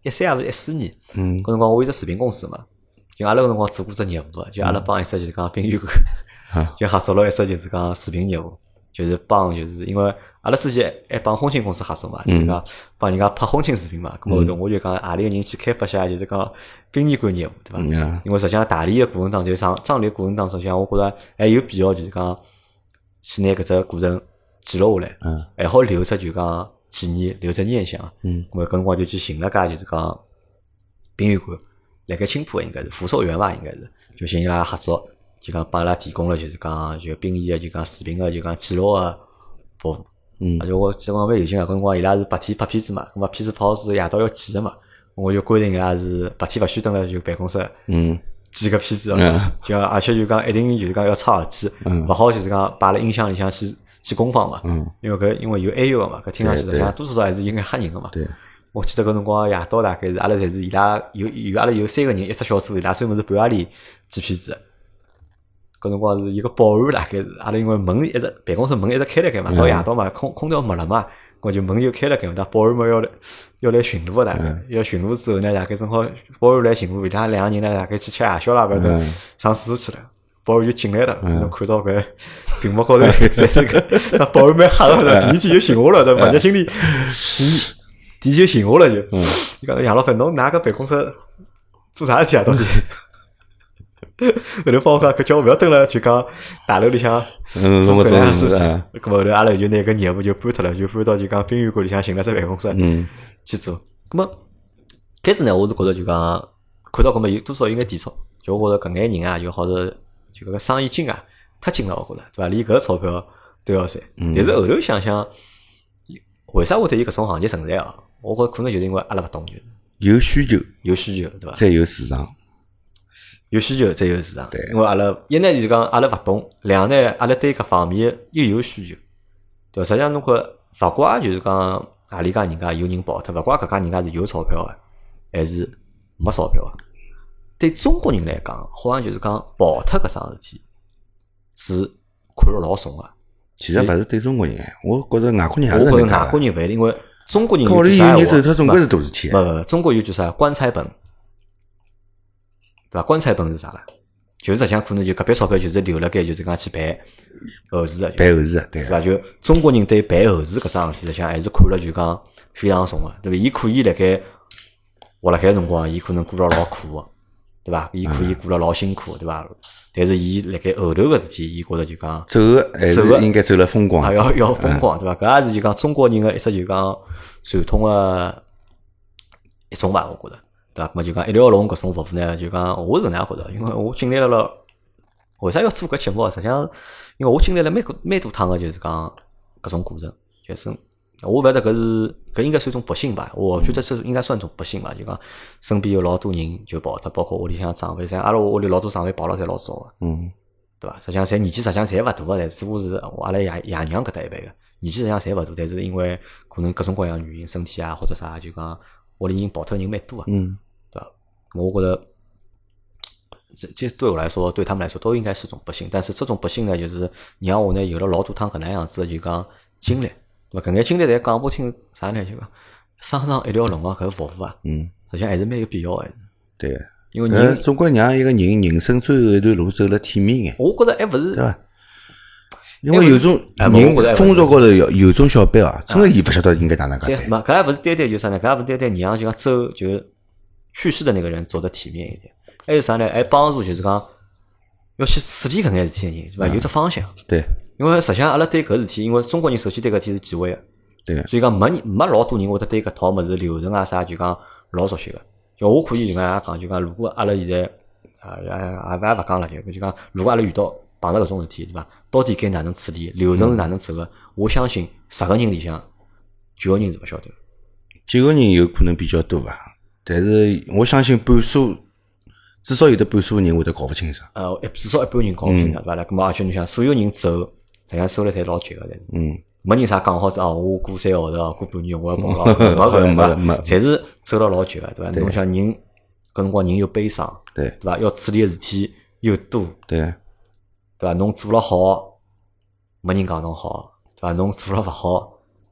一三还是一四年， 嗯， 搿辰光我有只视频公司嘛，就阿拉搿辰光做过只业务个，就阿拉帮一只就是讲殡仪馆，就合作了一只就是讲视频业务，就是帮就是因为阿拉之前还帮婚庆公司合作嘛，就是讲帮人家拍婚庆视频嘛，咁么后头我就讲何里个人去开发下就是讲殡仪馆业务，对伐？因为实际上大理个过程当中，就葬葬礼过程当中，像我觉着还有必要就是讲去拿搿只过程记录下来，还好留只就讲纪念，留只念想。嗯，咁么搿辰光就去寻了家就是讲殡仪馆，辣盖青浦应该是福寿园吧，应该是就寻伊拉合作，就讲帮伊拉提供了就是讲就殡仪个就讲视频个就讲记录个服务。嗯，而且我这光蛮有劲个，搿辰光伊拉是白天拍片子嘛，咁么片子拍好是夜到要剪个嘛，我就规定伊拉是白天勿许蹲辣就办公室，嗯，剪个片子，嗯，就而且就讲一定就是讲要插耳机，嗯，勿好就是讲摆辣音响里向去去公放嘛，嗯，因为搿因为有 A U 个嘛，搿听上去实际上多多少少还是有眼吓人个嘛，对。我记得搿辰光夜到大概是阿拉侪是伊拉有有阿拉有三个人一只小组，伊拉专门是半夜里剪片子。搿辰光是一个保安，大概是阿拉因为门一直办公室门一直开了盖嘛，到夜到嘛空空调没了嘛，我就门就开了盖嘛，但保安们要来要来巡逻大概，要巡逻之后呢，大概正好保安来巡逻，伊拉两个人呢大概去吃夜宵啦，勿得上厕所去了，保安就进来了，嗯、看到搿屏幕高头在这个，那保安蛮吓个，第一天就寻我了，对伐？心里第第一就寻我了就，伊讲杨老板，侬哪个办公室做啥事体啊？到底？后头帮我讲，搿叫我勿要蹲了，就讲大楼里向做搿样事体。搿么后头阿拉就拿搿业务就搬脱了，就搬到就讲殡仪馆里向寻了只办公室去做。搿么开始呢，我是觉着就讲看到搿么有多少有眼抵触，就我觉着搿眼人啊，就好是就搿个生意经啊太精了，我觉着对伐？连搿钞票都要赚。但是后头想想，为啥会得有搿种行业存在啊？我觉着可能就是因为阿拉勿懂，就有需求， 有需求，对伐？ 再有市场。 有需求才有市场，因为阿拉一呢就是讲阿拉勿懂，两呢阿拉对搿方面又有需求，对伐？实际上侬看，勿怪就是讲何里家人家有人跑脱，勿怪搿家人家是有钞票个，还是没钞票个。对中国人来讲，好像就是讲跑脱搿桩事体是看了老重个。 其实勿是对中国人，我觉着外国人也是我觉着外国人勿一定，因为中国人高丽有人走脱总归是大事体。 勿勿，中国有句啥棺材本。对伐？棺材本是啥啦？就是实际上可能就搿笔钞票就是留辣盖，就是讲去办后事个， 办后事个，对伐？就中国人对办后事搿桩事体，实际上还是看了就讲非常重个，对伐？伊可以辣盖活辣盖辰光，伊可能过了老苦个，对伐？伊可以过了老辛苦，对伐？但是伊辣盖后头个事体，伊觉着就讲走个还是应该走了风光， 要要风光，对伐？搿也是就讲中国人个一只就讲传统个一种吧，我觉着。对伐？咁么就讲一条龙搿种服务呢，就讲我是搿能样觉着，因为我经历了了，为啥要做搿节目？实际上，因为我经历了蛮蛮多趟个，就是讲搿种过程，就是我勿晓得搿是搿应该算种不幸吧？我觉得这应该算种不幸吧？就讲身边有老多人就跑脱，包括屋里向长辈，像阿拉屋里老多长辈跑了侪老早个，嗯，对伐？实际上侪年纪实际上侪勿大个，但只不过是阿拉爷爷娘搿搭一辈个年纪实际上侪勿大，但是因为可能各种各样原因，身体啊或者啥，就讲屋里人跑脱人蛮多个，嗯。我觉得这这对我来说，对他们来说都应该是种不幸。但是这种不幸呢，就是让我呢有了老多趟搿能样子的就讲经历，对伐？搿眼经历侪讲拨听啥呢？就讲生上一条龙啊，搿服务啊，嗯，实际上还是蛮有必要的。 对， 因为人总归让一个人人生最后一段路走了体面眼。 我觉着还勿是， 对伐？因为有种人工作高头有有种小辈啊，真个伊勿晓得应该哪能介办。 没，搿还勿是单单就啥呢？搿还勿是单单让就讲走就。去世的那个人走得体面一点，还有啥呢？还帮助就是讲要去处理搿眼事体的人，对伐？有只方向。 对。 因为实际上阿拉对搿事体，因为中国人首先对搿事体是忌讳个， 对。 所以讲没没老多人会得对搿套物事流程啊啥就讲老熟悉个。就我可以就讲讲就讲，如果阿拉现在啊也也也勿讲了，就就讲如果阿拉遇到碰到搿种事体，对伐？到底该哪能处理？流程是哪能走个？我相信十个人里向九个人是勿晓得。 九个人有可能比较多伐？但是我相信半数，至少有的半数人会得搞勿清楚。 呃，至少一半人搞勿清楚，对伐？咁而且你想，所有人走，实际上收入侪老急个，但是，嗯，没人啥讲好是哦，我过三个号头，过半年我要跑了，没搿没，侪是走了老急个，对伐？侬想人搿辰光人又悲伤， 对， 对伐？要处理个事体又多， 对， 对伐？侬做了好，没人讲侬好，对伐？侬做了勿好，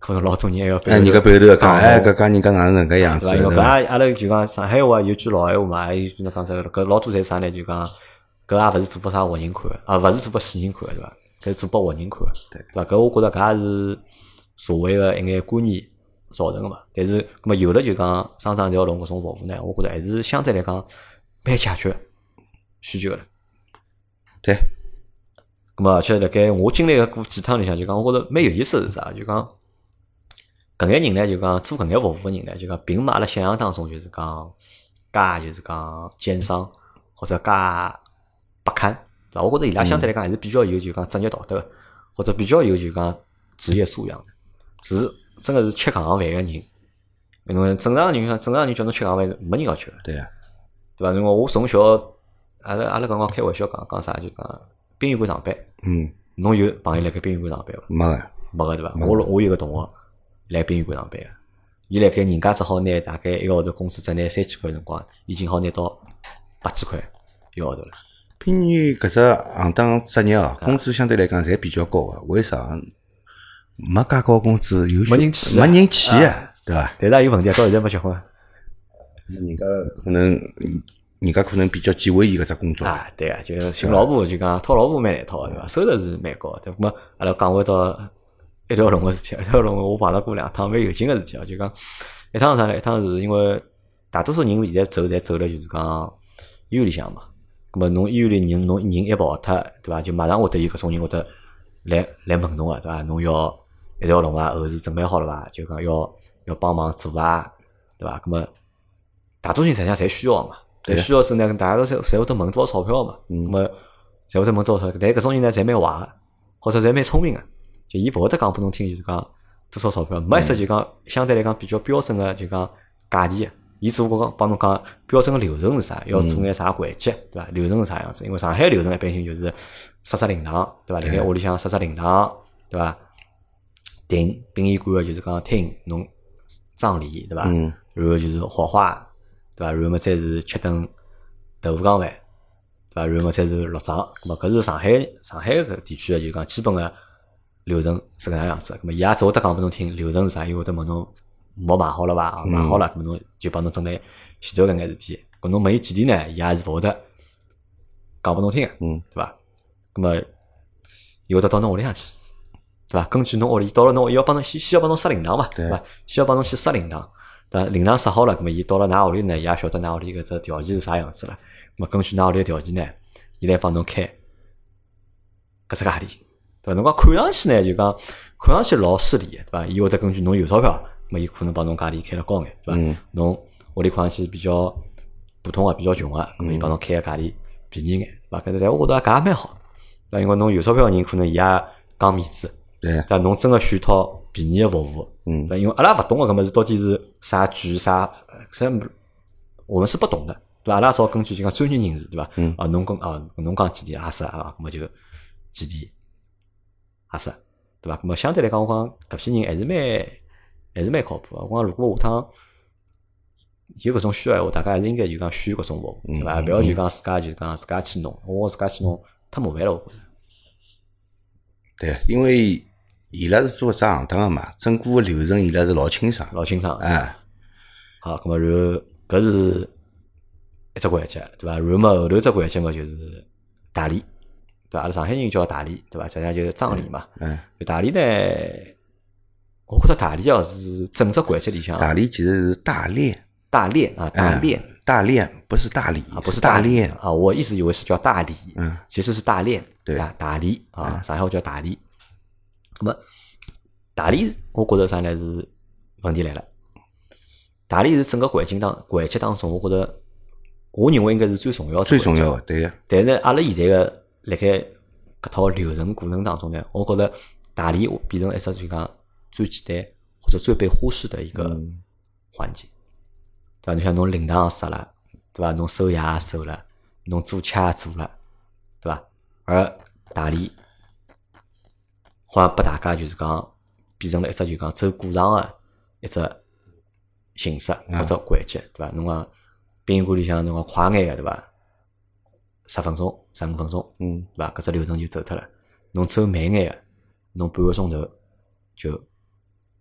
可能老多人还要哎，人家背后头讲，哎，搿讲人家哪能搿样子， 对伐？因为对伐？ 搿也阿拉就讲上海话有句老闲话嘛，还有侬讲这个搿老多侪啥呢？就讲搿也勿是做拨啥活人看个，啊，勿是做拨死人看个，对伐？搿是做拨活人看个， 对对伐？搿我觉着搿也是社会个一眼观念造成个嘛。但是，葛末有了就讲商场一条龙搿种服务呢，我觉着还是相对来讲蛮解决需求个。 对， 咁么，而且辣盖我经历个过几趟里向，就讲我觉着蛮有意思是啥？就讲搿眼人呢，就讲做搿眼服务个人呢，就讲并没阿拉想象当中就是讲介就是讲奸商或者介不堪，对伐？我觉着伊拉相对来讲还是比较有就讲职业道德个，或者比较有就讲职业素养的，是真个是吃搿行饭个人。因为正常人正常人叫侬吃搿行饭，没人要吃个， 对啊， 对伐？因为我从小阿拉阿拉刚刚开玩笑讲讲啥，就讲殡仪馆上班。 嗯， 侬有朋友辣盖殡仪馆上班伐？ 没个， 没个对伐？我我有个同学来殡仪馆上班个，伊辣盖人家只好拿大概一个号头工资只拿三千块辰光，已经好拿到八千块一个号头了。 殡仪搿只行当职业哦，工资相对来讲侪比较高个，为啥？没介高工资，有没人去啊没人去个，对伐？ 但是也有问题，到现在没结婚人家可能，人家可能比较忌讳伊搿只工作。 啊。对啊，就寻老婆就讲讨老婆蛮难讨个对伐？收入是蛮高个。对，咁么阿拉讲回到一条龙个事体，一条龙我碰到过两趟蛮有劲个事体哦，就讲一趟是啥呢？一趟是因为大多数人现在走侪走了就是讲医院里向嘛。咁么侬医院里人侬人一跑脱，对伐？就马上会得有搿种人会得来来问侬个，对伐？侬要一条龙啊，后事准备好了伐？就讲要要帮忙做啊，对伐？咁么大多数人实际上侪需要嘛，侪需要是呢，大家都侪侪会得问多少钞票嘛，咁么侪会得问多少钞票？但搿种人呢，侪蛮坏个，或者侪蛮聪明个，就伊勿会得讲拨侬听，就是讲多少钞票，没一只就讲相对来讲比较标准个就讲价钿个。伊只不过帮侬讲标准个流程是啥，要做眼啥环节，对伐？流程是啥样子？因为上海流程一般性就是杀杀灵堂，对伐？辣盖屋里向杀杀灵堂，对伐？订殡仪馆个就是讲听侬葬礼，对伐？ 嗯、 然后就是火化，对伐？然后么再是吃顿豆腐缸饭，对伐？然后么再是落葬。咁么搿是上海上海搿地区个就讲基本个流程是搿能样子。咁么伊也只会得讲拨侬听流程是啥，伊会得问侬。毛买好了伐？买好了，咁侬就帮侬准备前头搿眼事体。咁侬问伊几钿呢？伊也是勿会得讲拨侬听个， 嗯， 对伐？咁么伊会得到侬屋里向去，对伐？根据侬屋里到了侬，伊要帮侬先先要帮侬杀灵堂嘛，对伐？先要帮侬去杀灵堂，对伐？灵堂杀好了，咁么伊到了㑚屋里呢，伊也晓得㑚屋里搿只条件是啥样子了。咁么根据㑚屋里个条件呢，伊来帮侬开搿只价钿，对伐？侬讲看上去呢，就讲看上去老势利个，对伐？伊会得根据侬有钞票。咁伊可能帮侬价钿开了高眼，对伐？侬屋里看上去比较普通个、比较穷个，咁伊帮侬开个价钿便宜眼，对伐？搿但我觉着搿也蛮好，对伐？因为侬有钞票个人可能伊也讲面子， 对， 但侬真个选套便宜个服务，嗯，对，因为阿拉勿懂个搿物事到底是啥句啥，啥我们是不懂的，对伐？阿拉只好根据就讲专业人士，对伐？嗯，啊，侬讲啊，侬讲几钿合适啊，咁么就几钿合适，对伐？咁么相对来讲，我讲搿批人还是蛮。还是蛮靠谱个。我讲如果下趟有搿种需要闲话，大家还是应该就讲选搿种服务，对伐？勿要就讲自家就讲自家去弄，我自家去弄太麻烦了，我觉着。 对，因为伊拉是做啥行当个嘛，整个个流程伊拉是老清爽， 老清爽。 哎， 好，咁么然后搿是一只环节，对伐？然后么后头只环节嘛就是大礼，对伐？阿拉上海人叫大礼，对伐？实际上就是葬礼嘛。 嗯。 大礼呢？我觉着大礼哦是整只环节里向， 大礼其实是大练， 大练啊，大练， 嗯、大练不是大礼啊，不是大练啊，我一直以为是叫大礼， 嗯， 其实是大练， 对啊，大礼啊，上海话叫大礼。那么大礼，我觉着啥呢？是问题来了，大礼是整个环境当环节当中，我觉着我认为应该是最重要的， 最重要的，对个。 但是阿拉现在个辣盖搿套流程过程当中呢，我觉着大礼变成一只就讲。最简单或者最被忽视的一个环节，对伐？你像侬灵堂杀了，对伐？侬收押也收了，侬做恰也做了，对伐？而大礼好像拨大家就是讲变成了一只就讲走过场的一只形式或者环节，对伐？侬讲殡仪馆里向侬讲快眼个，对伐？十分钟、十五分钟，嗯，对伐？搿只流程就走脱了。侬走慢眼个，侬半个钟头就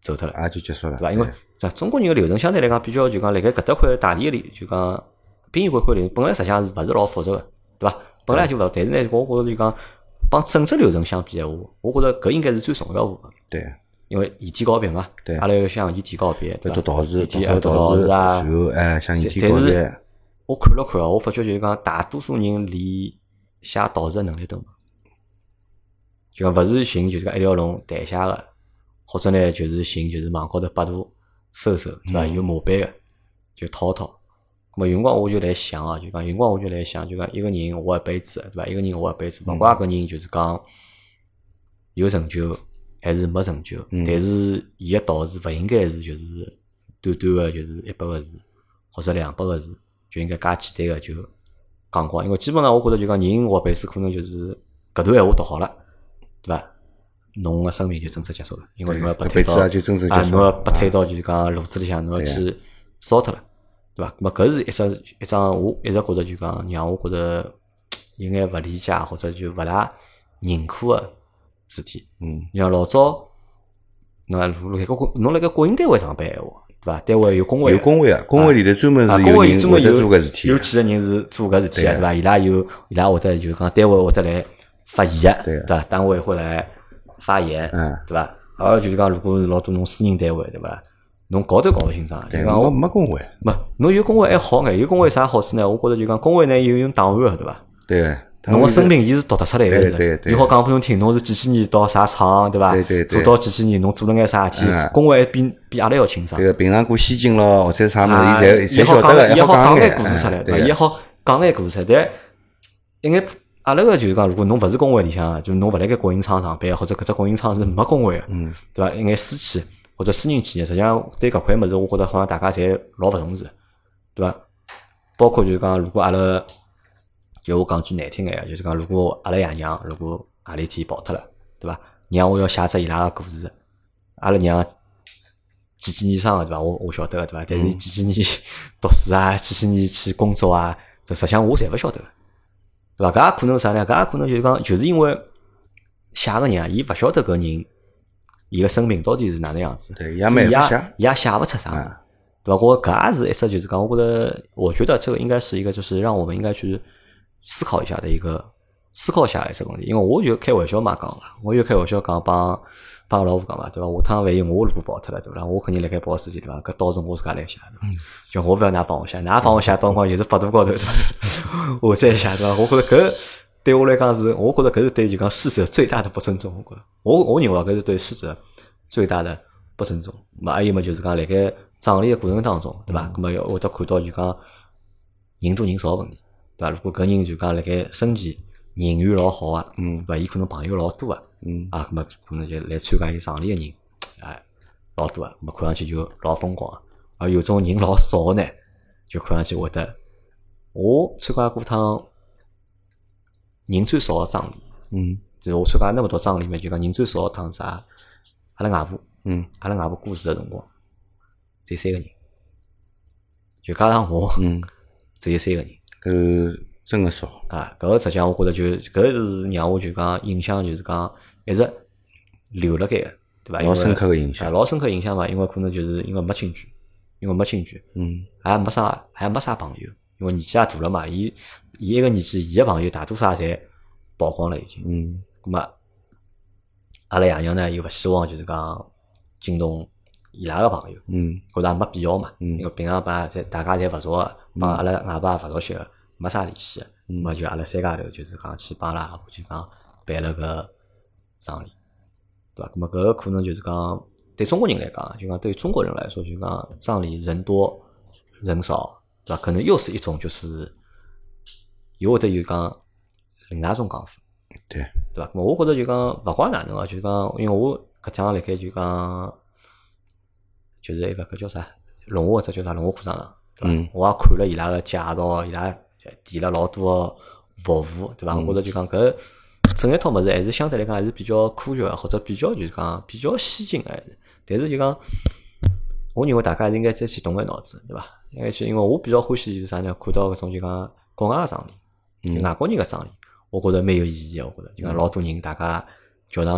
走脱了， 也就结束了， 对伐？因为在中国人个流程相对来讲比较就讲辣盖搿搭块大理个就讲殡仪馆块流程本来实际上是勿是老复杂个，对伐？本来就勿，但是呢，我觉着就讲帮整只流程相比闲话，我觉着搿应该是最重要部分。 对。 因为遗体告别嘛， 对， 阿拉要向遗体告别，对伐？ 读道士， 读道士啊， 然后哎向遗体告别。 但是我看了看哦，我发觉就是讲大多数人连写道士个能力都没，就讲勿是寻就是讲一条龙谈写个，或者呢就是寻就是网高头百度搜搜，对伐？有墓碑个就掏掏。咁么有辰光我就来想啊，就讲有辰光我就来想，就讲一个人活一辈子，对伐？一个人活一辈子，勿怪搿人就是讲有成就。还是没成就， 嗯、 但是伊个道士勿应该是就是短短个就是一百个字或者两百个字就应该介简单个就讲光，因为基本上我觉得就讲人活辈子可能就是搿段闲话读好了，对伐？侬个生命就正式结束了，因为侬要被推到啊，侬要被推到就是讲炉子里向，侬要去烧脱了，对伐？咁么搿是一只一桩我一直觉得就讲让我觉得有眼勿理解或者就勿大认可个。事体， 嗯， 像老早，侬辣盖国侬辣盖国营单位上班闲话，对伐？单位有工会， 有工会啊，工会里头专门是工会专门有做搿事体， 有几个人是做搿事体啊，对伐？伊拉有伊拉会得就讲单位会得来发言，对伐？单位会来发言， 嗯， 对伐？而就是讲，如果是老多侬私人单位，对伐？侬搞都搞勿清爽，就讲我没工会， 没侬有工会还好眼，有工会啥好处呢？我觉着就讲工会呢有用档案，对伐？ 对。 侬个生命伊是读得出来个， 对伊好讲拨侬听，侬是几几年到啥厂，对伐？做到几几年，侬做了眼啥事体？工会比比阿拉要清爽。 对个，平常过西京咯，或者啥物事，伊侪侪晓得个， 伊好讲眼故事出来，对伐？伊好讲眼故事出来，但应该阿拉个就是讲，如果侬勿是工会里向，就侬勿辣盖国营厂上班，或者搿只国营厂是没工会个，对伐？一眼私企或者私人企业，实际上对搿块物事，我觉着好像大家侪老勿重视，对伐？包括就是讲，如果阿拉就我讲句难听眼，就是讲，如果阿拉爷娘如果何里天跑脱了，对伐？让我要写只伊拉个故事，阿拉娘几几年生个，对伐？我我晓得个，对伐？但是几几年读书啊，几几年去工作啊，这实际上我侪勿晓得个，对伐？搿也可能啥呢？搿也可能就是讲，就是因为写个人啊，伊勿晓得搿人伊个生命到底是哪能样子， 对，也没法写， 也写勿出啥个，对伐？我搿也是一只就是讲，我觉得，我觉得这个应该是一个，就是让我们应该去。思考一下的一个思考一下一只问题，因为我就开玩笑嘛讲嘛，我就开玩笑讲帮帮老婆讲嘛，对伐？下趟万一我如果跑脱了，对伐？我肯定辣盖跑司机，对伐？搿到时我自家来写，对伐？就我勿要㑚帮我写，㑚帮我写，到辰光又是百度高头，对伐？我再写，对伐？我觉着搿对我来讲是，我觉着搿是对就讲逝者最大的不尊重，我觉着，我我认为搿是对逝者最大的不尊重。嘛，还有嘛就是讲辣盖葬礼个过程当中，对伐？搿么要会得看到就讲人多人少问题。对伐？如果搿人就讲辣盖生前人缘老好啊，嗯，对伐？伊可能朋友老多啊，嗯，啊，搿么可能就来参加伊葬礼个人，哎，老多啊，搿么看上去就老疯狂啊。而有种人老少个呢，就看上去会得，我参加过趟人最少个葬礼，嗯，就是我参加那么多葬礼里面，就讲人最少个趟啥？阿拉外婆，嗯，阿拉外婆过世个辰光，只有三个人，就加上我，嗯，只有三个人。 搿真个少啊！搿个实际上我觉着就搿是让我就讲印象就是讲一直留辣盖个，对伐？ 老深刻个印象， 老深刻印象嘛，因为可能就是因为没亲眷，因为没亲眷，嗯，还没啥还没啥朋友，因为年纪也大了嘛，伊伊一个年纪，伊个朋友大多数也侪曝光了已经，嗯，咁么阿拉爷娘呢又勿希望就是讲惊动伊拉个朋友，嗯，觉着也没必要嘛，嗯，因为平常帮大家侪勿熟个，帮阿拉外婆也勿熟悉个。没啥联系个，嗯，么就阿拉三家头就是讲去帮阿拉就讲办了个葬礼，对伐？咁么搿个可能就是讲对中国人来讲，就讲对中国人来说，就讲葬礼人多人少，对伐？可能又是一种就是有会得有讲另外一种讲法， 对对伐？咁么我觉着就讲勿怪哪能个，就讲因为我搿趟辣盖就讲就是一个搿叫啥龙华只叫啥龙华课堂上，对伐？嗯，我也看了伊拉个介绍，伊拉提了老多个服务，对伐？我觉着就讲搿整一套物事还是相对来讲还是比较科学或者比较就是讲比较先进个，但是就讲我认为大家应该再去动个脑子，对伐？因为因为我比较欢喜就是啥呢？看到搿种就讲国外个葬礼，就外国人个葬礼，我觉着蛮有意义个。我觉着就讲老多人大家教堂里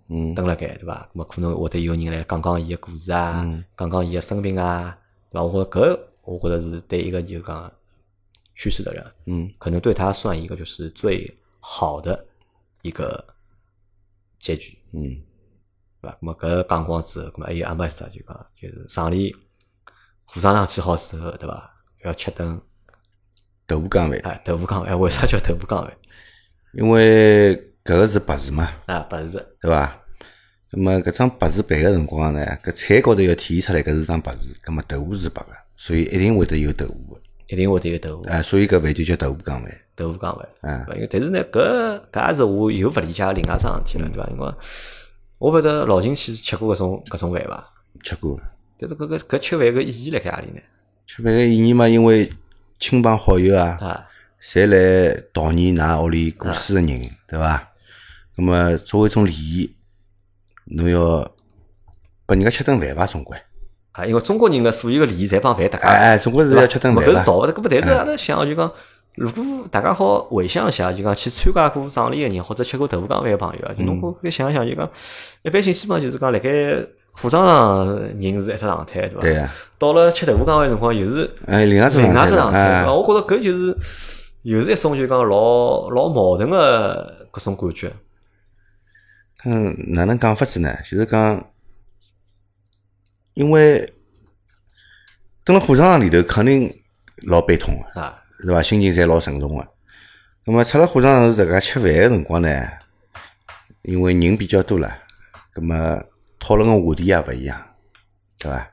嗯， 蹲辣盖对伐？咁么可能会得有人来讲讲伊个故事啊， 嗯讲讲伊个生平啊，对伐？我觉着搿我觉着是对一个就讲去世的人， 嗯， 可能对他算一个就是最好的一个结局， 嗯， 对伐？咁么搿讲光之后，咁么还有阿没啥就讲就是上里火葬场建好之后，对伐？要吃顿豆腐缸饭， 哎豆腐缸饭，为啥叫豆腐缸饭？ 因为搿个是白事嘛， 啊，白事， 对伐？那么搿张白事办个辰光呢，搿菜高头要体现出来搿是张白事，葛末豆腐是白个，所以一定会得有豆腐个。 一定会得有豆腐。 啊，所以搿饭就叫豆腐缸饭。 豆腐缸饭， 啊对伐？因为但是呢，搿搿也是我又勿理解另外一桩事体了，对伐？因为我勿晓得老秦去吃过搿种搿种饭伐？ 吃过。 但是搿搿搿吃饭个意义辣盖何里呢？ 吃饭个意义嘛，因为亲朋好友啊， 啊， 侪来悼念㑚屋里过世个人，对伐？那么作为一种礼仪，侬要拨人家吃顿饭伐，总归。 啊，因为中国人个所有个礼仪侪帮饭搭界。 哎哎，总归是要吃顿饭伐。 搿是道的，搿么但是阿拉想就讲，如果大家好回想一下，就讲去参加过葬礼个人，或者吃过豆腐缸饭个朋友啊，就侬可以想一想，就讲一般性基本上就是讲辣盖火葬场人是一只状态，对伐？ 对呀。 到了吃豆腐缸饭辰光，又是哎，另外一种另外一只状状态， 态。 对伐？我觉着搿就是又是一种就讲老老矛盾个搿种感觉。 嗯，哪能讲法子呢？就是讲，因为蹲辣火葬场里头肯定老悲痛个， 啊， 对伐？心情侪老沉重个。那么出了火葬场自家吃饭个辰光呢，因为人比较多了，那么讨论个话题也勿一样，对伐？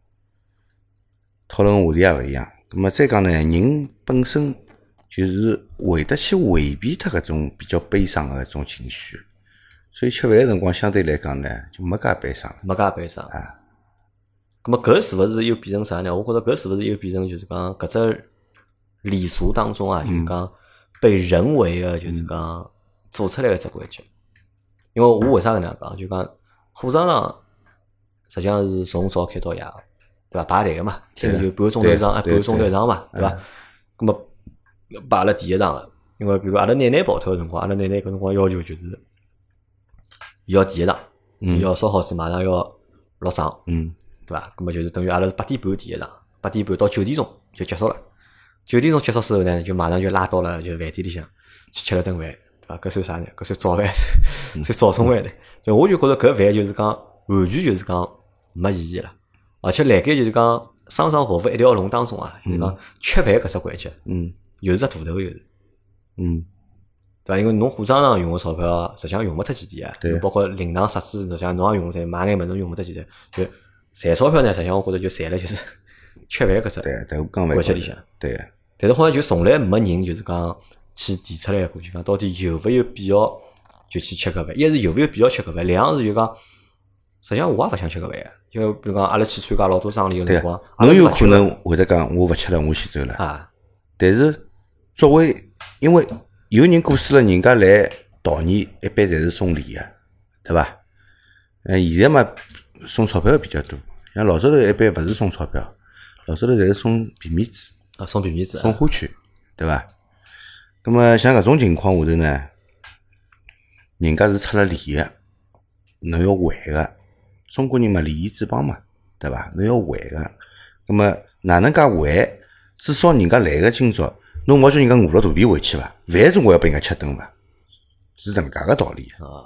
讨论个话题也勿一样。那么再讲呢，人本身就是会得去回避脱搿种比较悲伤个搿种情绪。所以吃饭个辰光相对来讲呢，就没介悲伤了。 没介悲伤啊。 咁么搿是勿是又变成啥呢？我觉着搿是勿是又变成就是讲搿只礼俗当中啊，就是讲被人为个就是讲做出来个只规矩。因为我为啥搿能样讲？就讲火葬场实际上是从早开到夜，对伐？排队个嘛，听就半个钟头一场，半个钟头一场嘛，对伐？咁么排了第一场个，因为比如阿拉奶奶跑脱个辰光，阿拉奶奶搿辰光要求就是。要第一场， 嗯， 要烧好子马上要落葬， 嗯， 对伐？咁么就是等于阿拉是八点半第一场，八点半到九点钟就结束了。九点钟结束之后呢，就马上就拉到了就饭店里向去吃了顿饭，对伐？搿算啥呢？搿算早饭，算算早中饭呢？就我就觉着搿饭就是讲完全就是讲没意义了，而且辣盖就是讲丧丧服务一条龙当中啊，就是讲吃饭搿只环节， 嗯， 又是只大头又是， 嗯。 对伐？因为侬火葬场用个钞票，实际上用勿脱几钿啊。 对。 包括灵堂、设置，实际上侬也用勿脱，买眼物侬用勿脱几钿。就赚钞票呢，实际上我觉着就赚了，就是吃饭搿只。 对，豆腐缸饭。 环节里向。 对。 但是好像就从来没人就是讲去提出来过，就讲到底有勿有必要就去吃搿饭？一是有勿有必要吃搿饭，两是就讲，实际上我也勿想吃搿饭，就比如讲阿拉去参加老多葬礼个辰光， 侬有可能会得讲我勿吃了，我先走了。 啊。 但是作为，因为有人过世了，人家来悼念，一般侪是送礼个，对伐？呃，现在嘛送钞票比较多，像老早头一般勿是送钞票，老早头侪是送皮面子， 啊，送皮面子， 送花圈，对伐？那么像搿种情况下头呢，人家是出了礼个，侬要还个。中国人嘛，礼仪之邦嘛，对伐？侬要还个。那么哪能介还？至少人家来个今朝。侬勿叫人家饿了肚皮回去伐？饭总归要拨人家吃顿伐？是搿能介个道理。 啊，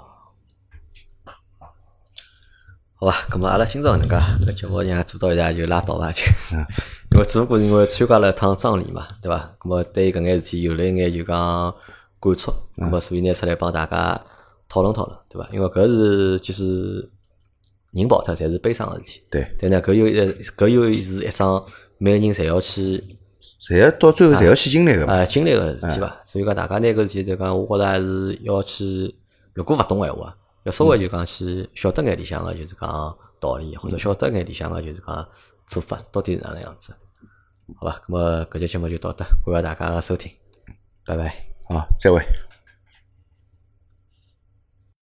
好吧，咁么阿拉今朝搿能介，搿节目让做到现在就拉倒伐就。因为只不过因为参加了一趟葬礼嘛，对伐？咁么对搿眼事体有了一眼就讲感触，咁么所以拿出来帮大家讨论讨论，对伐？因为搿是其实人跑脱侪是悲伤个事体。 对。 但呢，搿又搿又是一桩每个人侪要去。 侪要到最后侪要去经历个嘛， 呃，经历个事体伐，所以讲大家拿搿事体就讲，我觉着还是要去，如果勿懂闲话，要稍微就讲去晓得眼里向个就是讲道理，或者晓得眼里向个就是讲做法到底是哪能样子，好吧？咁么搿节节目就到这，感谢大家个收听，拜拜。 好，再会。